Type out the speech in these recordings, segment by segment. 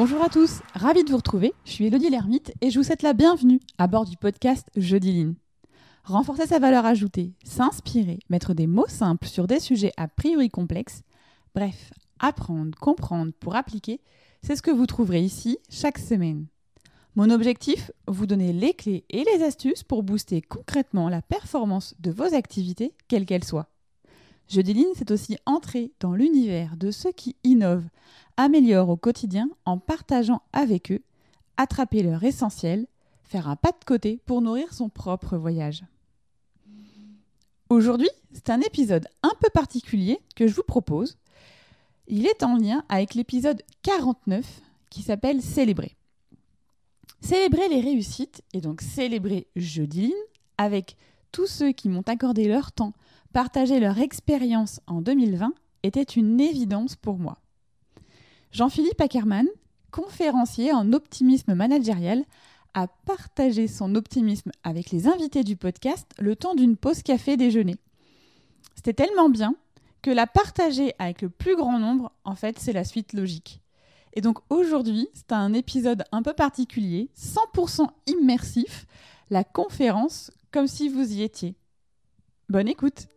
Bonjour à tous, ravie de vous retrouver, je suis Elodie l'Ermite et je vous souhaite la bienvenue à bord du podcast Jeudi Lean. Renforcer sa valeur ajoutée, s'inspirer, mettre des mots simples sur des sujets a priori complexes, bref, apprendre, comprendre pour appliquer, c'est ce que vous trouverez ici chaque semaine. Mon objectif, vous donner les clés et les astuces pour booster concrètement la performance de vos activités, quelles qu'elles soient. Jeudi Lean, c'est aussi entrer dans l'univers de ceux qui innovent, améliorent au quotidien en partageant avec eux, attraper leur essentiel, faire un pas de côté pour nourrir son propre voyage. Aujourd'hui, c'est un épisode un peu particulier que je vous propose. Il est en lien avec l'épisode 49 qui s'appelle Célébrer. Célébrer les réussites et donc célébrer Jeudi Lean avec tous ceux qui m'ont accordé leur temps, partagé leur expérience en 2020 était une évidence pour moi. Jean-Philippe Ackermann, conférencier en optimisme managérial, a partagé son optimisme avec les invités du podcast le temps d'une pause café déjeuner. C'était tellement bien que la partager avec le plus grand nombre, en fait, c'est la suite logique. Et donc aujourd'hui, c'est un épisode un peu particulier, 100% immersif, la conférence comme si vous y étiez. Bonne écoute.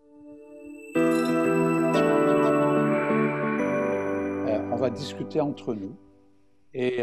On va discuter entre nous et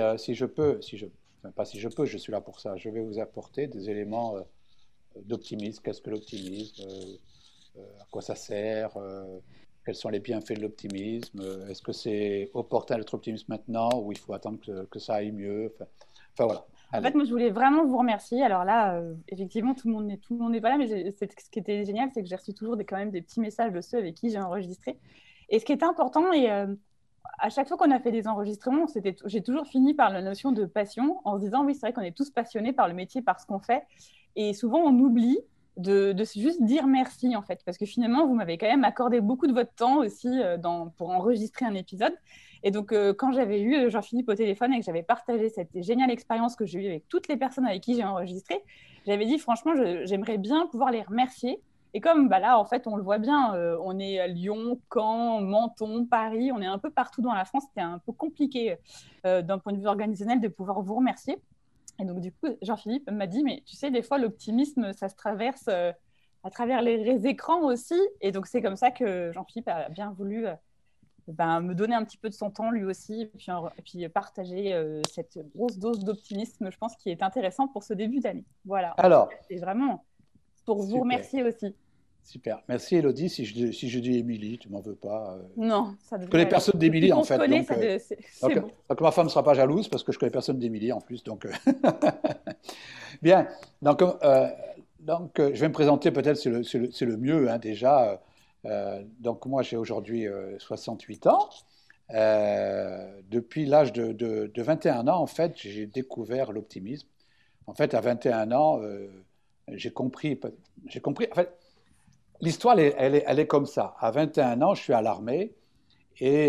je suis là pour ça, je vais vous apporter des éléments d'optimisme. Qu'est-ce que l'optimisme, à quoi ça sert, quels sont les bienfaits de l'optimisme, est-ce que c'est opportun d'être optimiste maintenant ou il faut attendre que ça aille mieux, enfin voilà. Allez. En fait, moi, je voulais vraiment vous remercier. Alors là, effectivement, tout le monde n'est pas là, mais ce qui était génial, c'est que j'ai reçu toujours quand même des petits messages de ceux avec qui j'ai enregistré. Et ce qui était important, et à chaque fois qu'on a fait des enregistrements, j'ai toujours fini par la notion de passion, en se disant, oui, c'est vrai qu'on est tous passionnés par le métier, par ce qu'on fait. Et souvent, on oublie de juste dire merci, en fait, parce que finalement, vous m'avez quand même accordé beaucoup de votre temps aussi pour enregistrer un épisode. Et donc, quand j'avais eu Jean-Philippe au téléphone et que j'avais partagé cette géniale expérience que j'ai eue avec toutes les personnes avec qui j'ai enregistré, j'avais dit, franchement, j'aimerais bien pouvoir les remercier. Et comme là, en fait, on le voit bien, on est à Lyon, Caen, Menton, Paris, on est un peu partout dans la France. C'était un peu compliqué d'un point de vue organisationnel de pouvoir vous remercier. Et donc, du coup, Jean-Philippe m'a dit, mais tu sais, des fois, l'optimisme, ça se traverse à travers les écrans aussi. Et donc, c'est comme ça que Jean-Philippe a bien voulu me donner un petit peu de son temps lui aussi, et puis partager cette grosse dose d'optimisme, je pense, qui est intéressant pour ce début d'année. Voilà. Alors, c'est vraiment pour vous remercier aussi. Super. Merci Elodie. Si je dis Émilie, tu m'en veux pas. Non, ça devrait. Je connais personne d'Émilie en fait. Connaît, donc, bon. Donc ma femme ne sera pas jalouse parce que je connais personne d'Émilie en plus. Donc bien. Donc je vais me présenter peut-être, c'est le mieux hein, déjà. Donc moi j'ai aujourd'hui 68 ans. Depuis l'âge de 21 ans en fait, j'ai découvert l'optimisme. En fait à 21 ans, j'ai compris. En fait, l'histoire, elle est comme ça. À 21 ans, je suis à l'armée et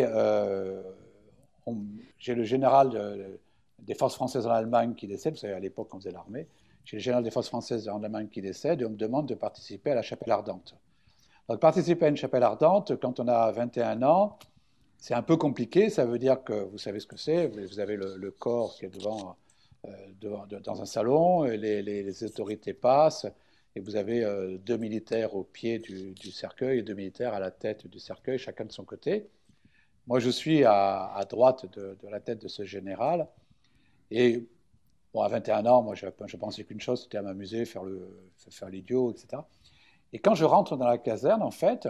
j'ai le général des forces françaises en Allemagne qui décède. Vous savez, à l'époque, on faisait l'armée. J'ai le général des forces françaises en Allemagne qui décède et on me demande de participer à la chapelle ardente. Donc, participer à une chapelle ardente, quand on a 21 ans, c'est un peu compliqué. Ça veut dire que vous savez ce que c'est. Vous avez le corps qui est dans un salon, les autorités passent. Et vous avez 2 militaires au pied du cercueil et 2 militaires à la tête du cercueil, chacun de son côté. Moi, je suis à droite de la tête de ce général. Et bon, à 21 ans, moi, je pensais qu'une chose, c'était à m'amuser, faire l'idiot, etc. Et quand je rentre dans la caserne, en fait,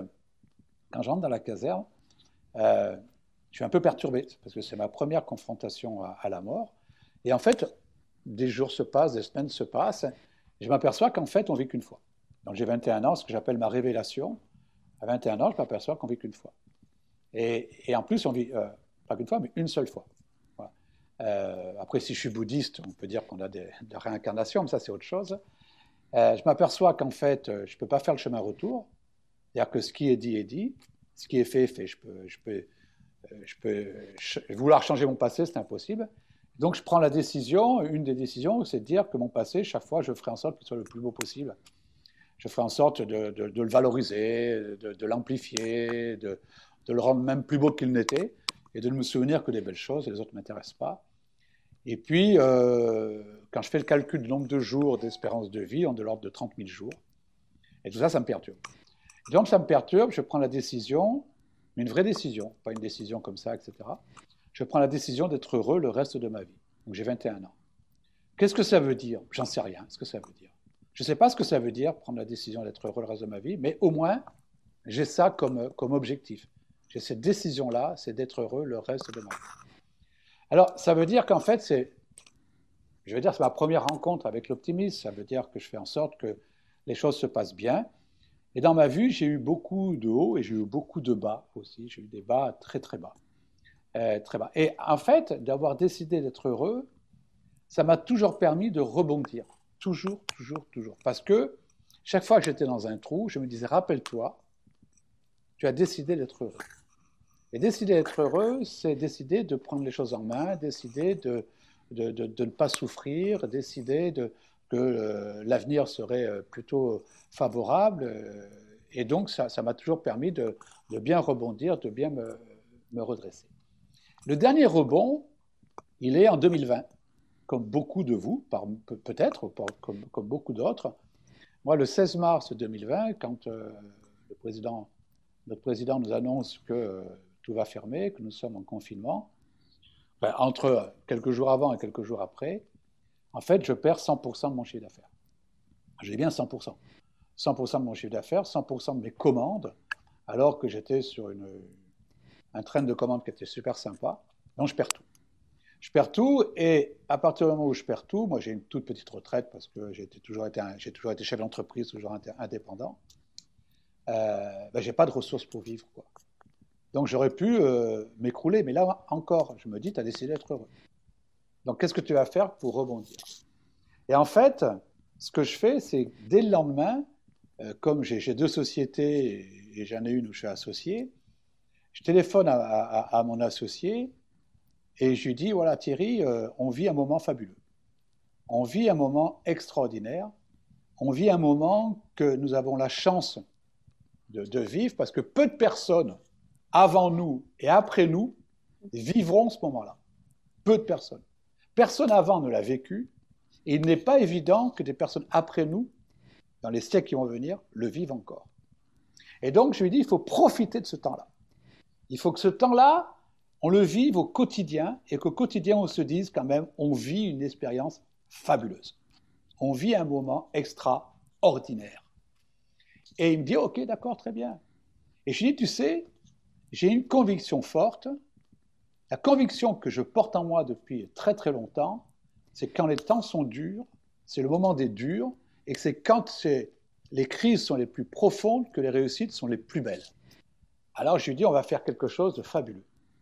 je suis un peu perturbé, parce que c'est ma première confrontation à la mort. Et en fait, des jours se passent, des semaines se passent. Je m'aperçois qu'en fait, on vit qu'une fois. Donc j'ai 21 ans, ce que j'appelle ma révélation. À 21 ans, je m'aperçois qu'on vit qu'une fois. Et en plus, on vit pas qu'une fois, mais une seule fois. Voilà. Après, si je suis bouddhiste, on peut dire qu'on a de la réincarnation, mais ça, c'est autre chose. Je m'aperçois qu'en fait, je ne peux pas faire le chemin retour. C'est-à-dire que ce qui est dit, ce qui est fait est fait. Je peux vouloir changer mon passé, c'est impossible. Donc, je prends la décision, une des décisions, c'est de dire que mon passé, chaque fois, je ferai en sorte qu'il soit le plus beau possible. Je ferai en sorte de le valoriser, de l'amplifier, de le rendre même plus beau qu'il n'était, et de ne me souvenir que des belles choses, et les autres ne m'intéressent pas. Et puis, quand je fais le calcul du nombre de jours d'espérance de vie, on est de l'ordre de 30 000 jours. Et tout ça, ça me perturbe. Et donc, ça me perturbe, je prends la décision, mais une vraie décision, pas une décision comme ça, etc. Je prends la décision d'être heureux le reste de ma vie. Donc, j'ai 21 ans. Qu'est-ce que ça veut dire? J'en sais rien, ce que ça veut dire. Je ne sais pas ce que ça veut dire, prendre la décision d'être heureux le reste de ma vie, mais au moins, j'ai ça comme objectif. J'ai cette décision-là, c'est d'être heureux le reste de ma vie. Alors, ça veut dire qu'en fait, c'est ma première rencontre avec l'optimisme. Ça veut dire que je fais en sorte que les choses se passent bien. Et dans ma vie, j'ai eu beaucoup de hauts et j'ai eu beaucoup de bas aussi. J'ai eu des bas très, très bas. Très bas. Et en fait, d'avoir décidé d'être heureux, ça m'a toujours permis de rebondir. Toujours, toujours, toujours. Parce que chaque fois que j'étais dans un trou, je me disais, rappelle-toi, tu as décidé d'être heureux. Et décider d'être heureux, c'est décider de prendre les choses en main, décider de ne pas souffrir, décider que l'avenir serait plutôt favorable. Et donc, ça m'a toujours permis de bien rebondir, de bien me redresser. Le dernier rebond, il est en 2020, comme beaucoup de vous, peut-être, comme beaucoup d'autres. Moi, le 16 mars 2020, quand notre président nous annonce que tout va fermer, que nous sommes en confinement, entre quelques jours avant et quelques jours après, en fait, je perds 100% de mon chiffre d'affaires. Je dis bien 100%. 100% de mon chiffre d'affaires, 100% de mes commandes, alors que j'étais sur un train de commandes qui était super sympa. Donc, je perds tout. Je perds tout, et à partir du moment où je perds tout, moi j'ai une toute petite retraite parce que j'ai toujours été chef d'entreprise, toujours indépendant. J'ai pas de ressources pour vivre, quoi. Donc j'aurais pu m'écrouler, mais là encore, je me dis, tu as décidé d'être heureux. Donc qu'est-ce que tu vas faire pour rebondir? Et en fait, ce que je fais, c'est dès le lendemain, comme j'ai 2 sociétés et j'en ai une où je suis associé, je téléphone à mon associé et je lui dis, voilà Thierry, on vit un moment fabuleux. On vit un moment extraordinaire. On vit un moment que nous avons la chance de vivre parce que peu de personnes avant nous et après nous vivront ce moment-là. Peu de personnes. Personne avant ne l'a vécu et il n'est pas évident que des personnes après nous, dans les siècles qui vont venir, le vivent encore. Et donc je lui dis, il faut profiter de ce temps-là. Il faut que ce temps-là, on le vive au quotidien et qu'au quotidien, on se dise quand même, on vit une expérience fabuleuse. On vit un moment extraordinaire. Et il me dit, ok, d'accord, très bien. Et je lui dis, tu sais, j'ai une conviction forte. La conviction que je porte en moi depuis très très longtemps, c'est que quand les temps sont durs, c'est le moment des durs, et que c'est quand les crises sont les plus profondes que les réussites sont les plus belles. Alors je lui dis, on va faire quelque chose de fabuleux.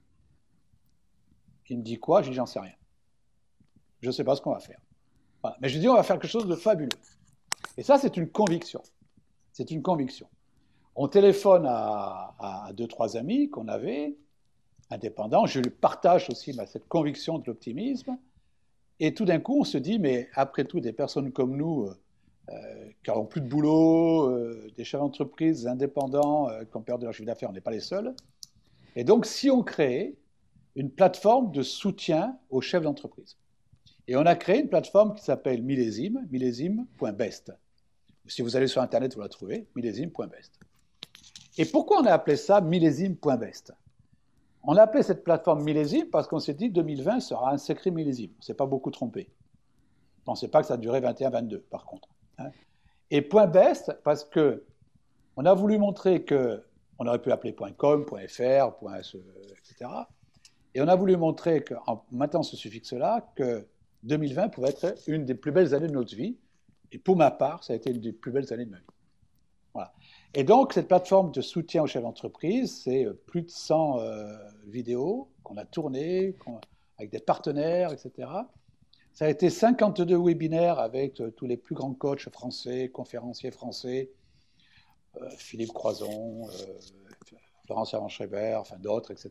Il me dit quoi? Je lui dis, j'en sais rien. Je ne sais pas ce qu'on va faire. Voilà. Mais je lui dis, on va faire quelque chose de fabuleux. Et ça, c'est une conviction. C'est une conviction. On téléphone à 2-3 amis qu'on avait, indépendants. Je lui partage aussi cette conviction de l'optimisme. Et tout d'un coup, on se dit, mais après tout, des personnes comme nous, qui n'ont plus de boulot, des chefs d'entreprise, des indépendants, qui ont perdu leur chiffre d'affaires, on n'est pas les seuls. Et donc, si on crée une plateforme de soutien aux chefs d'entreprise. Et on a créé une plateforme qui s'appelle Millésime, millésime.best. Si vous allez sur Internet, vous la trouvez, millésime.best. Et pourquoi on a appelé ça millésime.best? On a appelé cette plateforme millésime parce qu'on s'est dit que 2020 sera un sacré millésime. On ne s'est pas beaucoup trompé. Je ne pensais pas que ça durait 21-22, par contre. Et .best parce qu'on a voulu montrer qu'on aurait pu appeler .com, .fr, etc. Et on a voulu montrer qu'en maintenant ce suffixe-là, que 2020 pouvait être une des plus belles années de notre vie. Et pour ma part, ça a été une des plus belles années de ma vie. Voilà. Et donc, cette plateforme de soutien aux chefs d'entreprise, c'est plus de 100 vidéos qu'on a tournées avec des partenaires, etc. Ça a été 52 webinaires avec tous les plus grands coachs français, conférenciers français, Philippe Croison, Florence Servan-Schreiber, enfin d'autres, etc.,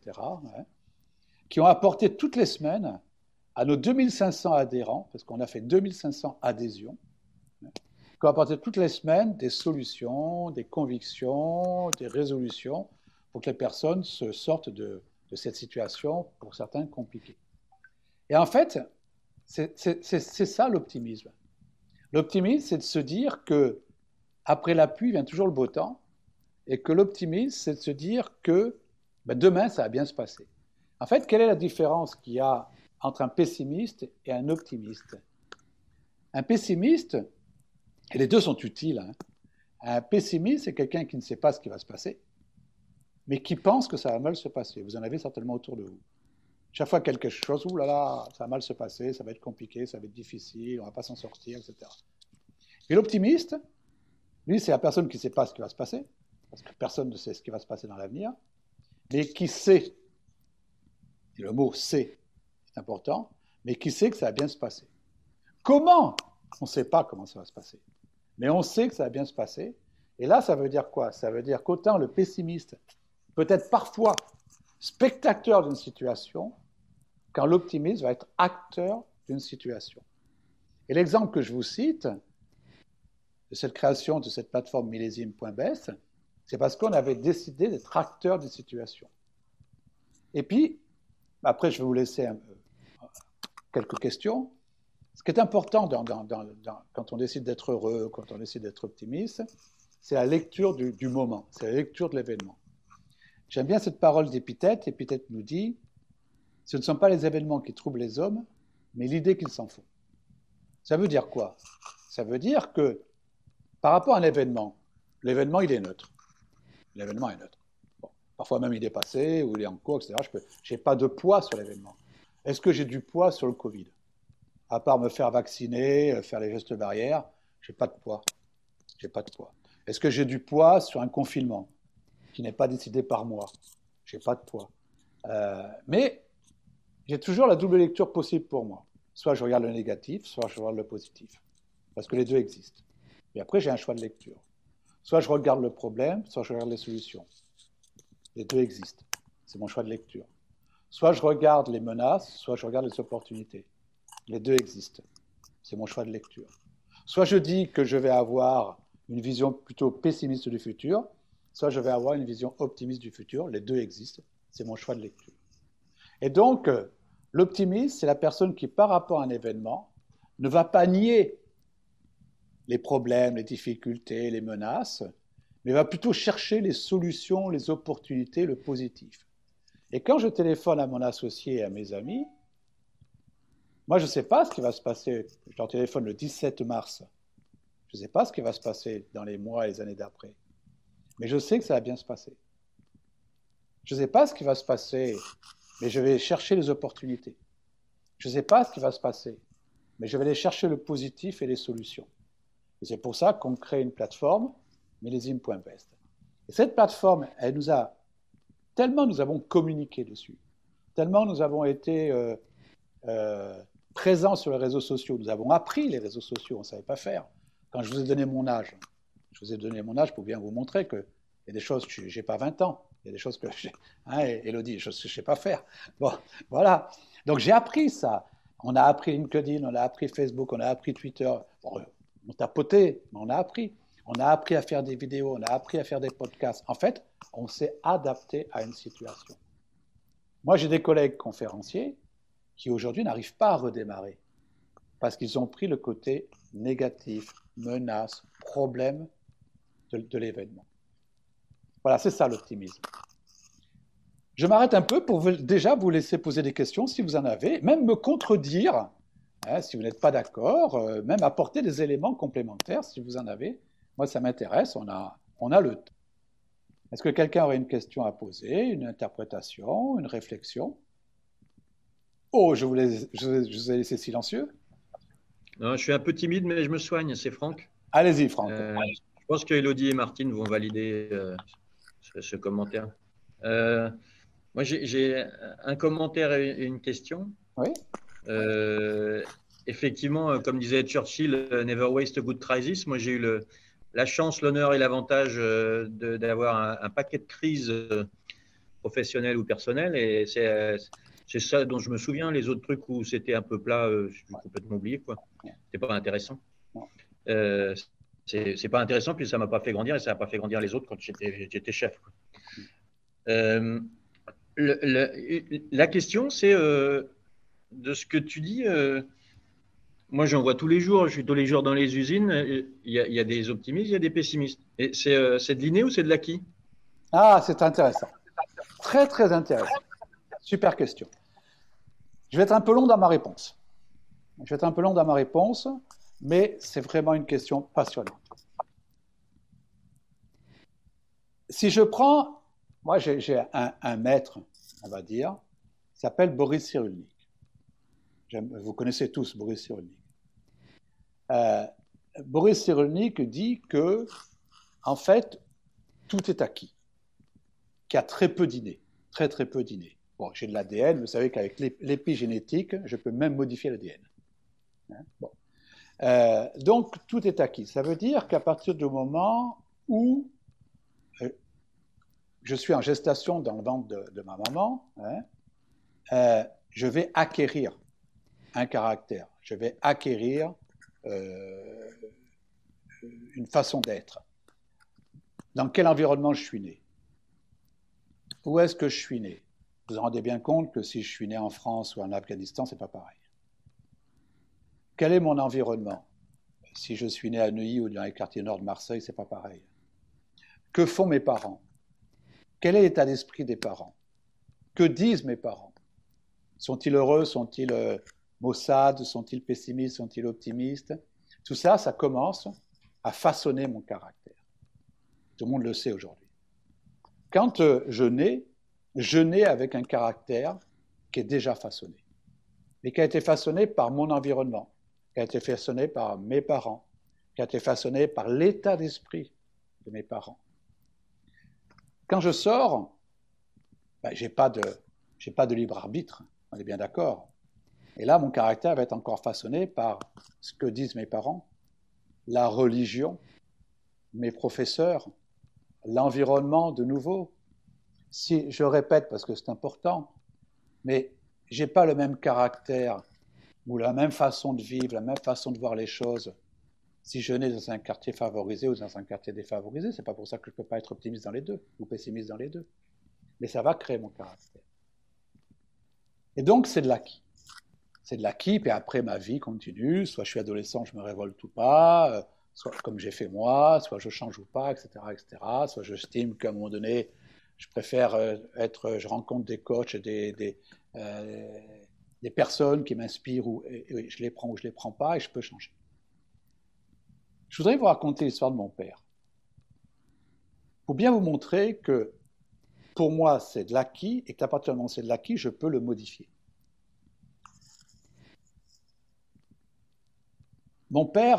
qui ont apporté toutes les semaines à nos 2500 adhérents, parce qu'on a fait 2500 adhésions, qui ont apporté toutes les semaines des solutions, des convictions, des résolutions pour que les personnes se sortent de cette situation, pour certains, compliquée. Et en fait, C'est ça l'optimisme. L'optimisme, c'est de se dire que après la pluie vient toujours le beau temps, et que l'optimisme, c'est de se dire que demain, ça va bien se passer. En fait, quelle est la différence qu'il y a entre un pessimiste et un optimiste? Un pessimiste, et les deux sont utiles, hein. Un pessimiste, c'est quelqu'un qui ne sait pas ce qui va se passer, mais qui pense que ça va mal se passer. Vous en avez certainement autour de vous. Chaque fois quelque chose, ouh là là, ça va mal se passer, ça va être compliqué, ça va être difficile, on ne va pas s'en sortir, etc. Et l'optimiste, lui, c'est la personne qui ne sait pas ce qui va se passer, parce que personne ne sait ce qui va se passer dans l'avenir, mais qui sait, et le mot sait est important, mais qui sait que ça va bien se passer. Comment? On ne sait pas comment ça va se passer, mais on sait que ça va bien se passer. Et là, ça veut dire quoi? Ça veut dire qu'autant le pessimiste peut être parfois spectateur d'une situation, quand l'optimiste va être acteur d'une situation. Et l'exemple que je vous cite de cette création de cette plateforme millésime.best, c'est parce qu'on avait décidé d'être acteur d'une situation. Et puis, après, je vais vous laisser quelques questions. Ce qui est important quand on décide d'être heureux, quand on décide d'être optimiste, c'est la lecture du moment, c'est la lecture de l'événement. J'aime bien cette parole d'Épithète. Épithète nous dit « Ce ne sont pas les événements qui troublent les hommes, mais l'idée qu'ils s'en font. » Ça veut dire quoi? Ça veut dire que par rapport à un événement, l'événement, il est neutre. L'événement est neutre. Bon, parfois même, il est passé ou il est en cours, etc. Je n'ai pas de poids sur l'événement. Est-ce que j'ai du poids sur le Covid? À part me faire vacciner, faire les gestes barrières, je n'ai pas de poids. J'ai pas de poids. Est-ce que j'ai du poids sur un confinement qui n'est pas décidé par moi? Je n'ai pas de poids. Mais j'ai toujours la double lecture possible pour moi. Soit je regarde le négatif, soit je regarde le positif. Parce que les deux existent. Et après, j'ai un choix de lecture. Soit je regarde le problème, soit je regarde les solutions. Les deux existent. C'est mon choix de lecture. Soit je regarde les menaces, soit je regarde les opportunités. Les deux existent. C'est mon choix de lecture. Soit je dis que je vais avoir une vision plutôt pessimiste du futur, soit je vais avoir une vision optimiste du futur. Les deux existent. C'est mon choix de lecture. Et donc, l'optimiste, c'est la personne qui, par rapport à un événement, ne va pas nier les problèmes, les difficultés, les menaces, mais va plutôt chercher les solutions, les opportunités, le positif. Et quand je téléphone à mon associé et à mes amis, moi, je ne sais pas ce qui va se passer. Je leur téléphone le 17 mars. Je ne sais pas ce qui va se passer dans les mois et les années d'après. Mais je sais que ça va bien se passer. Je ne sais pas ce qui va se passer, mais je vais chercher les opportunités. Je ne sais pas ce qui va se passer, mais je vais aller chercher le positif et les solutions. Et c'est pour ça qu'on crée une plateforme, millésime.best. Et cette plateforme, tellement nous avons communiqué dessus, tellement nous avons été présents sur les réseaux sociaux, nous avons appris les réseaux sociaux, on ne savait pas faire. Quand je vous ai donné mon âge, pour bien vous montrer qu'il y a des choses, je n'ai pas 20 ans, il y a des choses que Élodie, je ne sais pas faire. Bon, voilà. Donc j'ai appris ça. On a appris LinkedIn, on a appris Facebook, on a appris Twitter. Bon, on tapotait, mais on a appris. On a appris à faire des vidéos, on a appris à faire des podcasts. En fait, on s'est adapté à une situation. Moi, j'ai des collègues conférenciers qui aujourd'hui n'arrivent pas à redémarrer parce qu'ils ont pris le côté négatif, menace, problème de l'événement. Voilà, c'est ça l'optimisme. Je m'arrête un peu pour déjà vous laisser poser des questions si vous en avez, même me contredire, si vous n'êtes pas d'accord, même apporter des éléments complémentaires si vous en avez. Moi, ça m'intéresse, on a le temps. Est-ce que quelqu'un aurait une question à poser, une interprétation, une réflexion? Oh, je vous ai laissé silencieux. Non, je suis un peu timide, mais je me soigne, c'est Franck. Allez-y, Franck. Je pense que Élodie et Martine vont valider ce commentaire. Moi, j'ai un commentaire et une question. Oui. Effectivement, comme disait Churchill, never waste a good crisis. Moi, j'ai eu la chance, l'honneur et l'avantage d'avoir un paquet de crises professionnelles ou personnelles. Et c'est ça dont je me souviens. Les autres trucs où c'était un peu plat, j'ai complètement oublié. C'était pas intéressant. C'est pas intéressant, puis ça m'a pas fait grandir et ça n'a pas fait grandir les autres quand j'étais chef. La question, c'est de ce que tu dis, Moi, j'en vois tous les jours. Je suis tous les jours dans les usines. Il y a des optimistes, il y a des pessimistes. Et c'est de l'inné ou c'est de l'acquis? Ah, c'est intéressant. Très, très intéressant. Super question. Je vais être un peu long dans ma réponse. Mais c'est vraiment une question passionnante. Si je prends, moi j'ai un maître, on va dire, qui s'appelle Boris Cyrulnik. Vous connaissez tous Boris Cyrulnik. Euh, Boris Cyrulnik dit que, en fait, tout est acquis, qu'il y a très peu d'inné, très très peu d'inné. Bon, j'ai de l'ADN, vous savez qu'avec l'épigénétique, je peux même modifier l'ADN. Hein, bon. Donc, tout est acquis. Ça veut dire qu'à partir du moment où je suis en gestation dans le ventre de ma maman, hein, je vais acquérir un caractère, je vais acquérir une façon d'être. Dans quel environnement je suis né? Où est-ce que je suis né? Vous vous rendez bien compte que si je suis né en France ou en Afghanistan, c'est pas pareil. Quel est mon environnement? Si je suis né à Neuilly ou dans les quartiers nord de Marseille, c'est pas pareil. Que font mes parents? Quel est l'état d'esprit des parents? Que disent mes parents? Sont-ils heureux? Sont-ils maussades? Sont-ils pessimistes? Sont-ils optimistes? Tout ça, ça commence à façonner mon caractère. Tout le monde le sait aujourd'hui. Quand je nais avec un caractère qui est déjà façonné, mais qui a été façonné par mon environnement, qui a été façonné par mes parents, qui a été façonné par l'état d'esprit de mes parents. Quand je sors, ben, j'ai pas de libre arbitre, on est bien d'accord. Et là, mon caractère va être encore façonné par ce que disent mes parents, la religion, mes professeurs, l'environnement de nouveau. Si je répète parce que c'est important, mais j'ai pas le même caractère ou la même façon de vivre, la même façon de voir les choses. Si je nais dans un quartier favorisé ou dans un quartier défavorisé, c'est pas pour ça que je peux pas être optimiste dans les deux ou pessimiste dans les deux. Mais ça va créer mon caractère. Et donc c'est de l'acquis. C'est de l'acquis, puis après ma vie continue, soit je suis adolescent, je me révolte ou pas, soit comme j'ai fait moi, soit je change ou pas, etc., etc. Soit j'estime qu'à un moment donné, je préfère je rencontre des coachs, des personnes qui m'inspirent, et je les prends ou je les prends pas, et je peux changer. Je voudrais vous raconter l'histoire de mon père, pour bien vous montrer que pour moi c'est de l'acquis, et qu'à partir du moment où c'est de l'acquis, je peux le modifier. Mon père,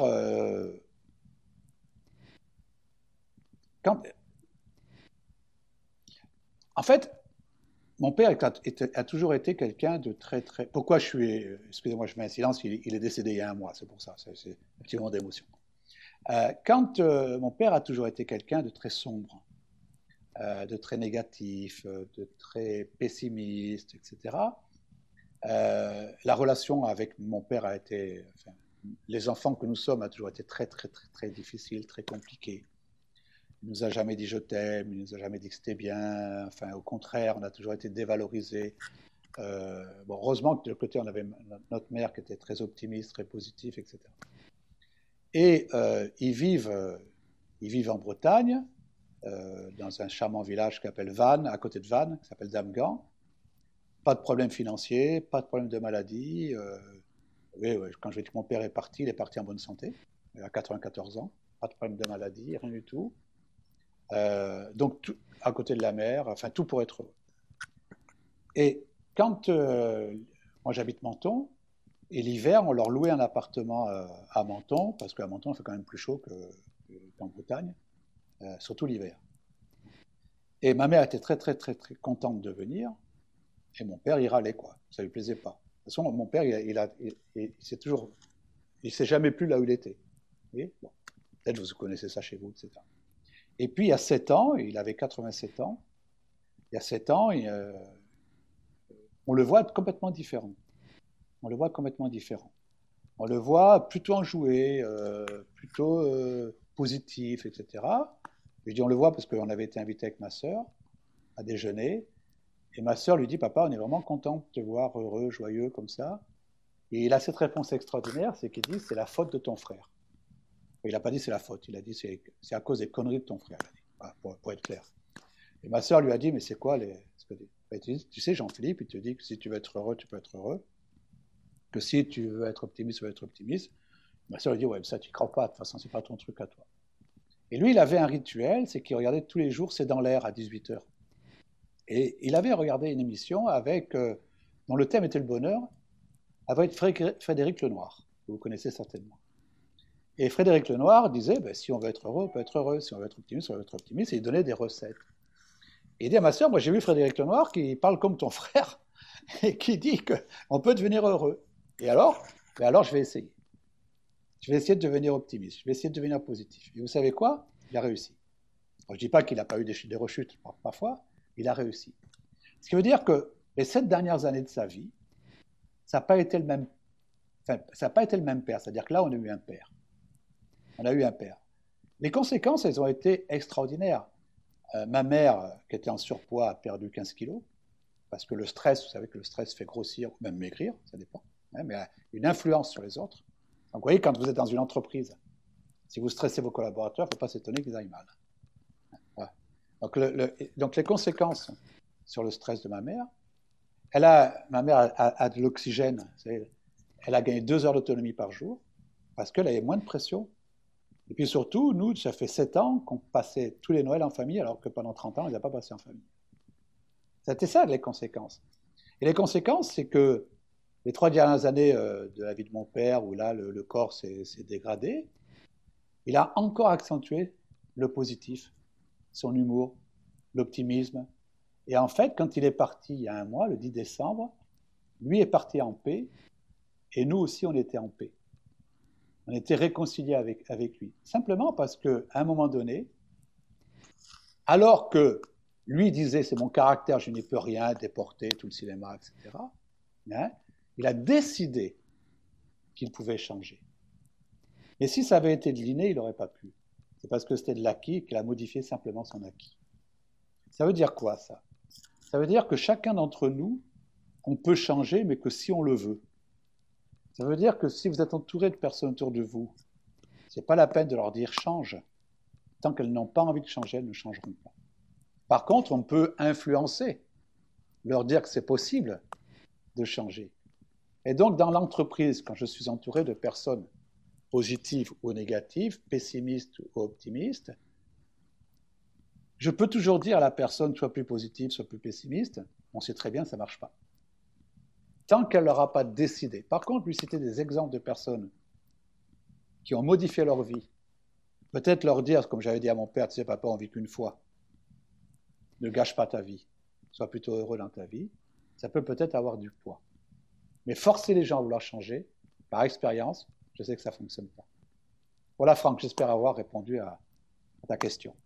en fait, mon père a toujours été quelqu'un de très, très... Pourquoi je suis... Excusez-moi, je mets un silence, il est décédé il y a un mois, c'est pour ça, c'est un petit moment d'émotion. Mon père a toujours été quelqu'un de très sombre, de très négatif, de très pessimiste, etc. La relation avec mon père a été... Enfin, les enfants que nous sommes a toujours été très, très, très, très difficile, très compliqué. Il ne nous a jamais dit je t'aime, il ne nous a jamais dit que c'était bien. Enfin, au contraire, on a toujours été dévalorisés. Bon, heureusement que de l'autre côté, on avait notre mère qui était très optimiste, très positive, etc. Et ils vivent en Bretagne, dans un charmant village qui s'appelle Vannes, à côté de Vannes, qui s'appelle Damgand. Pas de problème financier, pas de problème de maladie. Oui, quand je dis que mon père est parti, il est parti en bonne santé, il a 94 ans, pas de problème de maladie, rien du tout. Donc, tout, à côté de la mer, enfin, tout pour être heureux. Et quand moi j'habite Menton, et l'hiver, on leur louait un appartement à Menton, parce qu'à Menton, il fait quand même plus chaud qu'en Bretagne, surtout l'hiver. Et ma mère était très, très, très, très contente de venir, et mon père, il râlait, quoi. Ça lui plaisait pas. De toute façon, mon père, il s'est jamais plu là où il était. Bon, peut-être vous connaissez ça chez vous, etc. Et puis, il y a 7 ans, il avait 87 ans, il y a 7 ans, on le voit complètement différent. On le voit complètement différent. On le voit plutôt enjoué, plutôt positif, etc. Je dis on le voit parce qu'on avait été invité avec ma sœur à déjeuner. Et ma sœur lui dit, papa, on est vraiment content de te voir heureux, joyeux comme ça. Et il a cette réponse extraordinaire, c'est qu'il dit c'est la faute de ton frère. Il n'a pas dit c'est la faute, il a dit c'est à cause des conneries de ton frère, il a dit, voilà, pour être clair. Et ma sœur lui a dit mais c'est quoi tu sais Jean-Philippe, il te dit que si tu veux être heureux, tu peux être heureux, que si tu veux être optimiste, tu veux être optimiste. Ma sœur lui dit ouais mais ça tu ne crois pas, de toute façon c'est pas ton truc à toi. Et lui il avait un rituel, c'est qu'il regardait tous les jours C'est dans l'air à 18h. Et il avait regardé une émission dont le thème était le bonheur, avec Frédéric Lenoir, que vous connaissez certainement. Et Frédéric Lenoir disait, si on veut être heureux, on peut être heureux. Si on veut être optimiste, on veut être optimiste. Et il donnait des recettes. Et il dit à ma sœur, moi j'ai vu Frédéric Lenoir qui parle comme ton frère et qui dit qu'on peut devenir heureux. Et alors je vais essayer. Je vais essayer de devenir optimiste. Je vais essayer de devenir positif. Et vous savez quoi? Il a réussi. Alors, je ne dis pas qu'il n'a pas eu des rechutes parfois. Il a réussi. Ce qui veut dire que les 7 dernières années de sa vie, ça n'a pas été le même père. C'est-à-dire que là, on a eu un père. Les conséquences, elles ont été extraordinaires. Ma mère, qui était en surpoids, a perdu 15 kilos, parce que le stress, vous savez que le stress fait grossir ou même maigrir, ça dépend, mais a une influence sur les autres. Donc vous voyez, quand vous êtes dans une entreprise, si vous stressez vos collaborateurs, il ne faut pas s'étonner qu'ils aillent mal. Voilà. Donc les conséquences sur le stress de ma mère, ma mère a de l'oxygène, elle a gagné 2 heures d'autonomie par jour, parce qu'elle avait moins de pression. Et puis surtout, nous, ça fait 7 ans qu'on passait tous les Noëls en famille, alors que pendant 30 ans, on ne les a pas passés en famille. C'était ça, les conséquences. Et les conséquences, c'est que les 3 dernières années de la vie de mon père, où là, le corps s'est dégradé, il a encore accentué le positif, son humour, l'optimisme. Et en fait, quand il est parti il y a un mois, le 10 décembre, lui est parti en paix, et nous aussi, on était en paix. On était réconciliés avec lui. Simplement parce qu'à un moment donné, alors que lui disait c'est mon caractère, je n'y peux rien, déporté, tout le cinéma, etc., il a décidé qu'il pouvait changer. Et si ça avait été de l'inné, il n'aurait pas pu. C'est parce que c'était de l'acquis qu'il a modifié simplement son acquis. Ça veut dire quoi, ça? Ça veut dire que chacun d'entre nous, on peut changer, mais que si on le veut. Ça veut dire que si vous êtes entouré de personnes autour de vous, ce n'est pas la peine de leur dire « change ». Tant qu'elles n'ont pas envie de changer, elles ne changeront pas. Par contre, on peut influencer, leur dire que c'est possible de changer. Et donc, dans l'entreprise, quand je suis entouré de personnes positives ou négatives, pessimistes ou optimistes, je peux toujours dire à la personne soit plus positive, soit plus pessimiste, on sait très bien que ça ne marche pas. Tant qu'elle n'aura pas décidé. Par contre, lui citer des exemples de personnes qui ont modifié leur vie. Peut-être leur dire, comme j'avais dit à mon père, tu sais papa, on vit qu'une fois. Ne gâche pas ta vie. Sois plutôt heureux dans ta vie. Ça peut peut-être avoir du poids. Mais forcer les gens à vouloir changer, par expérience, je sais que ça ne fonctionne pas. Voilà Franck, j'espère avoir répondu à ta question.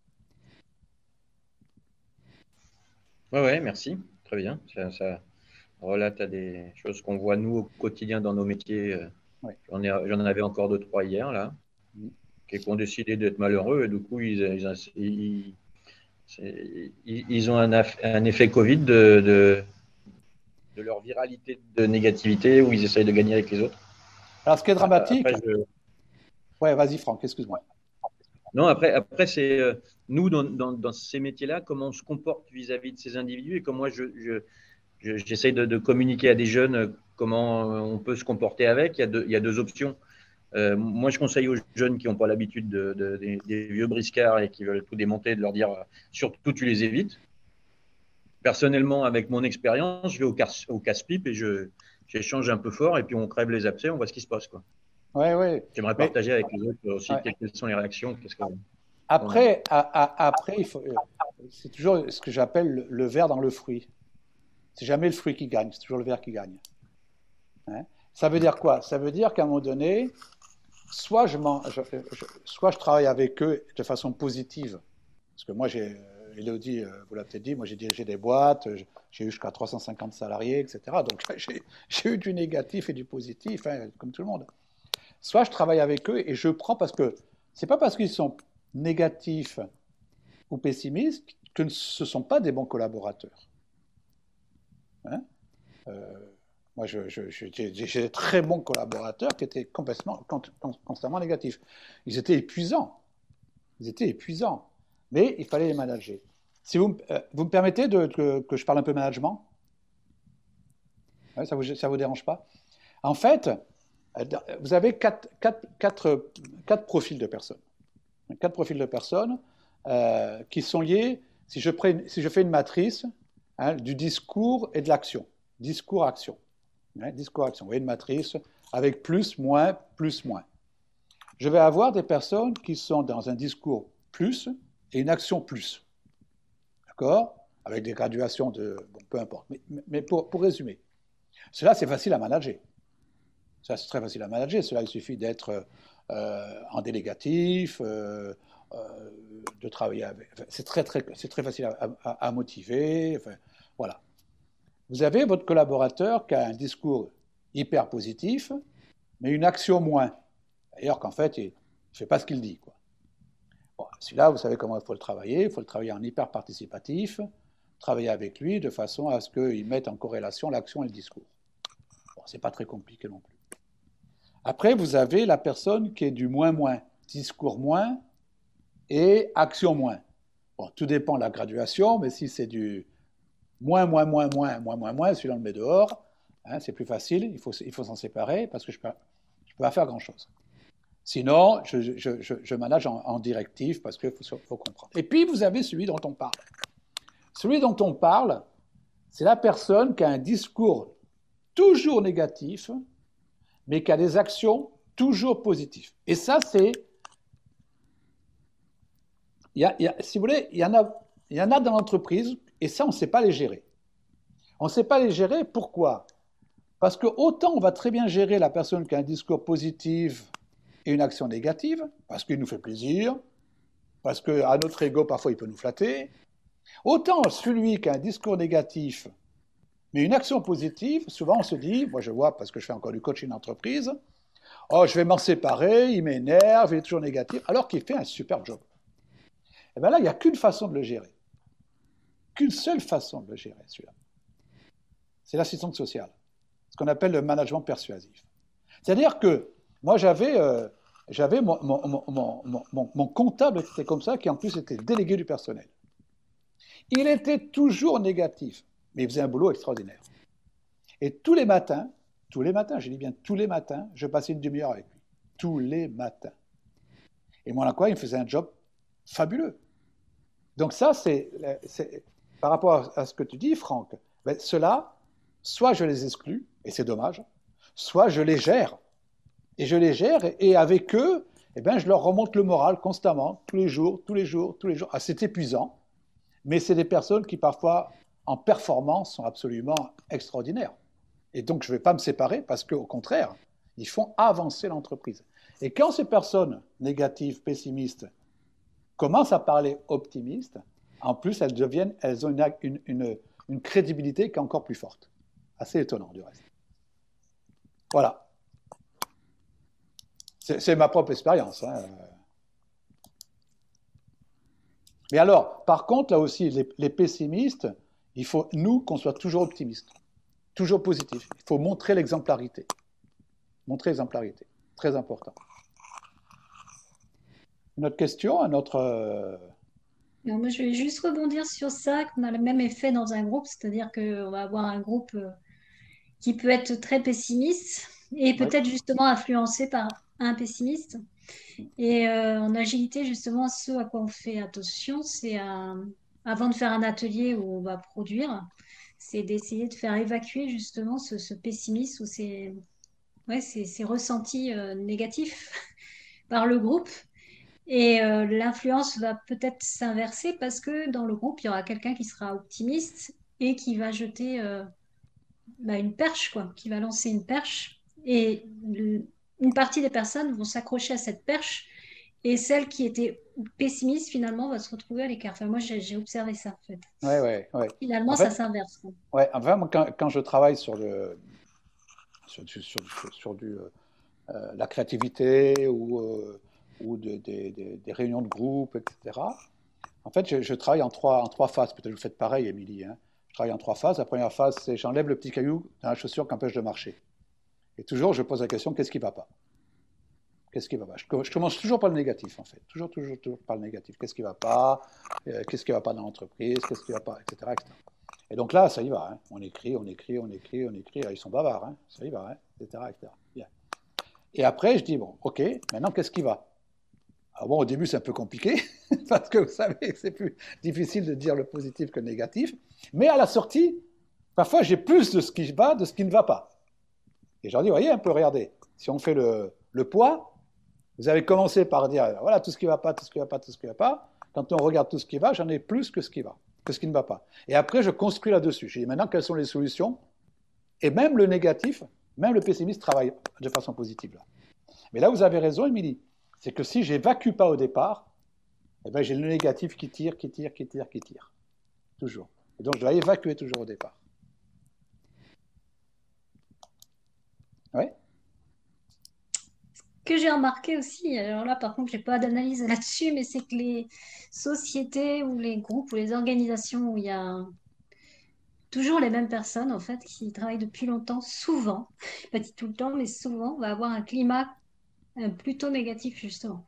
Ouais, merci. Très bien. Ça relate à des choses qu'on voit nous au quotidien dans nos métiers. Ouais. J'en avais encore 2-3 hier, là, qui ont décidé d'être malheureux et du coup, ils ont un effet Covid de leur viralité de négativité où ils essayent de gagner avec les autres. Alors, ce qui est dramatique… Ouais, vas-y Franck, excuse-moi. Non, après c'est nous, dans ces métiers-là, comment on se comporte vis-à-vis de ces individus et comment moi, j'essaye de communiquer à des jeunes comment on peut se comporter avec. Il y a 2 options. Moi, je conseille aux jeunes qui n'ont pas l'habitude des vieux briscards et qui veulent tout démonter, de leur dire surtout tu les évites. Personnellement, avec mon expérience, je vais au casse-pipe et j'échange un peu fort et puis on crève les abcès, on voit ce qui se passe, quoi. Ouais. J'aimerais partager avec les autres aussi quelles sont les réactions. Après, c'est toujours ce que j'appelle le verre dans le fruit. C'est jamais le fruit qui gagne, c'est toujours le verre qui gagne. Ça veut dire quoi? Ça veut dire qu'à un moment donné, soit je travaille avec eux de façon positive, parce que moi, Élodie vous l'a peut-être dit, moi j'ai dirigé des boîtes, j'ai eu jusqu'à 350 salariés, etc. Donc j'ai eu du négatif et du positif, comme tout le monde. Soit je travaille avec eux et je prends, parce que c'est pas parce qu'ils sont négatifs ou pessimistes que ce ne sont pas des bons collaborateurs. Moi, Moi, j'ai des très bons collaborateurs qui étaient constamment négatifs. Ils étaient épuisants. Mais il fallait les manager. Si vous me permettez que je parle un peu management? Ouais, ça vous dérange pas? En fait, vous avez quatre profils de personnes. Quatre profils de personnes qui sont liés, si je fais une matrice, hein, du discours et de l'action. Discours-action. Hein, discours-action. Vous voyez une matrice avec plus, moins, plus, moins. Je vais avoir des personnes qui sont dans un discours plus et une action plus. D'accord? Avec des graduations de... Bon, peu importe. Mais pour résumer, cela, c'est facile à manager. Ça, c'est très facile à manager. Cela, il suffit d'être en délégatif, de travailler avec... Enfin, c'est très facile à motiver. Enfin, voilà. Vous avez votre collaborateur qui a un discours hyper positif, mais une action moins. D'ailleurs, qu'en fait, il ne fait pas ce qu'il dit, quoi. Bon, celui-là, vous savez comment il faut le travailler. Il faut le travailler en hyper participatif, travailler avec lui de façon à ce qu'il mette en corrélation l'action et le discours. Bon, ce n'est pas très compliqué non plus. Après, vous avez la personne qui est du moins-moins, discours moins et action moins. Bon, tout dépend de la graduation, mais si c'est du moins, celui-là on le met dehors, hein, c'est plus facile, il faut s'en séparer parce que je peux pas faire grand-chose. Sinon, je manage en directif parce qu'il faut comprendre. Et puis, vous avez celui dont on parle. Celui dont on parle, c'est la personne qui a un discours toujours négatif, mais qui a des actions toujours positives. Et ça, c'est... si vous voulez, il y en a dans l'entreprise, et ça, on ne sait pas les gérer. On ne sait pas les gérer, pourquoi? Parce que autant on va très bien gérer la personne qui a un discours positif et une action négative, parce qu'il nous fait plaisir, parce qu'à notre ego, parfois, il peut nous flatter. Autant celui qui a un discours négatif, mais une action positive, souvent on se dit, moi je vois parce que je fais encore du coaching d'entreprise, oh, je vais m'en séparer, il m'énerve, il est toujours négatif, alors qu'il fait un super job. Et bien là, il n'y a qu'une façon de le gérer. Qu'une seule façon de le gérer, celui-là. C'est l'assistante sociale. Ce qu'on appelle le management persuasif. C'est-à-dire que moi, j'avais mon comptable qui était comme ça, qui en plus était délégué du personnel. Il était toujours négatif, mais il faisait un boulot extraordinaire. Et tous les matins, je dis bien tous les matins, je passais une demi-heure avec lui. Tous les matins. Et moi, il me faisait un job fabuleux. Donc ça, c'est par rapport à ce que tu dis, Franck, ben, ceux-là, soit je les exclus, et c'est dommage, soit je les gère. Et je les gère, et avec eux, eh ben, je leur remonte le moral constamment, tous les jours. Ah, c'est épuisant, mais c'est des personnes qui, parfois, en performance, sont absolument extraordinaires. Et donc, je ne vais pas me séparer parce qu'au contraire, ils font avancer l'entreprise. Et quand ces personnes négatives, pessimistes, commencent à parler optimistes, en plus, elles ont une crédibilité qui est encore plus forte. Assez étonnant, du reste. Voilà. C'est ma propre expérience. Hein. Mais alors, par contre, là aussi, les pessimistes, il faut, nous, qu'on soit toujours optimistes, toujours positifs. Il faut montrer l'exemplarité. Très important. Une autre question, un autre... Alors, moi, je vais juste rebondir sur ça, qu'on a le même effet dans un groupe, c'est-à-dire qu'on va avoir un groupe qui peut être très pessimiste et peut-être justement influencé par un pessimiste. Et en agilité, justement, ce à quoi on fait attention, c'est avant de faire un atelier où on va produire, c'est d'essayer de faire évacuer justement ce pessimisme ou ces ressentis négatifs par le groupe. Et l'influence va peut-être s'inverser parce que dans le groupe, il y aura quelqu'un qui sera optimiste et qui va jeter une perche, quoi, qui va lancer une perche. Et une partie des personnes vont s'accrocher à cette perche et celle qui était pessimiste, finalement, va se retrouver à l'écart. Enfin, moi, j'ai observé ça, en fait. Ouais. Finalement, en fait, ça s'inverse. Ouais, enfin, moi, quand je travaille sur la créativité ou des réunions de groupe, etc., en fait, je travaille en trois phases. Peut-être que vous faites pareil, Émilie. Hein. Je travaille en 3 phases. La première phase, c'est j'enlève le petit caillou dans la chaussure qui empêche de marcher. Et toujours, je pose la question, qu'est-ce qui ne va pas? Qu'est-ce qui ne va pas? Je commence toujours par le négatif, en fait. Toujours par le négatif. Qu'est-ce qui ne va pas? Qu'est-ce qui ne va pas dans l'entreprise? Qu'est-ce qui ne va pas? Etc., etc. Et donc là, ça y va. Hein. On écrit. Ils sont bavards. Hein. Ça y va, hein, etc., etc. Bien. Et après, je dis, bon, OK, maintenant, qu'est-ce qui va? Alors bon, au début, c'est un peu compliqué, parce que vous savez, c'est plus difficile de dire le positif que le négatif. Mais à la sortie, parfois, j'ai plus de ce qui va, de ce qui ne va pas. Et je leur dis, voyez un peu, regardez, si on fait le poids, vous avez commencé par dire, voilà, tout ce qui ne va pas, tout ce qui ne va pas, tout ce qui ne va pas. Quand on regarde tout ce qui va, j'en ai plus que ce qui va, que ce qui ne va pas. Et après, je construis là-dessus. Je dis, maintenant, quelles sont les solutions? Et même le négatif, même le pessimiste travaille de façon positive là. Mais là, vous avez raison, Émilie. C'est que si je n'évacue pas au départ, eh ben, j'ai le négatif qui tire. Toujours. Et donc, je dois évacuer toujours au départ. Oui? Ce que j'ai remarqué aussi, alors là, par contre, je n'ai pas d'analyse là-dessus, mais c'est que les sociétés ou les groupes ou les organisations où il y a toujours les mêmes personnes, en fait, qui travaillent depuis longtemps, souvent, pas dit tout le temps, mais souvent, on va avoir un climat plutôt négatif, justement.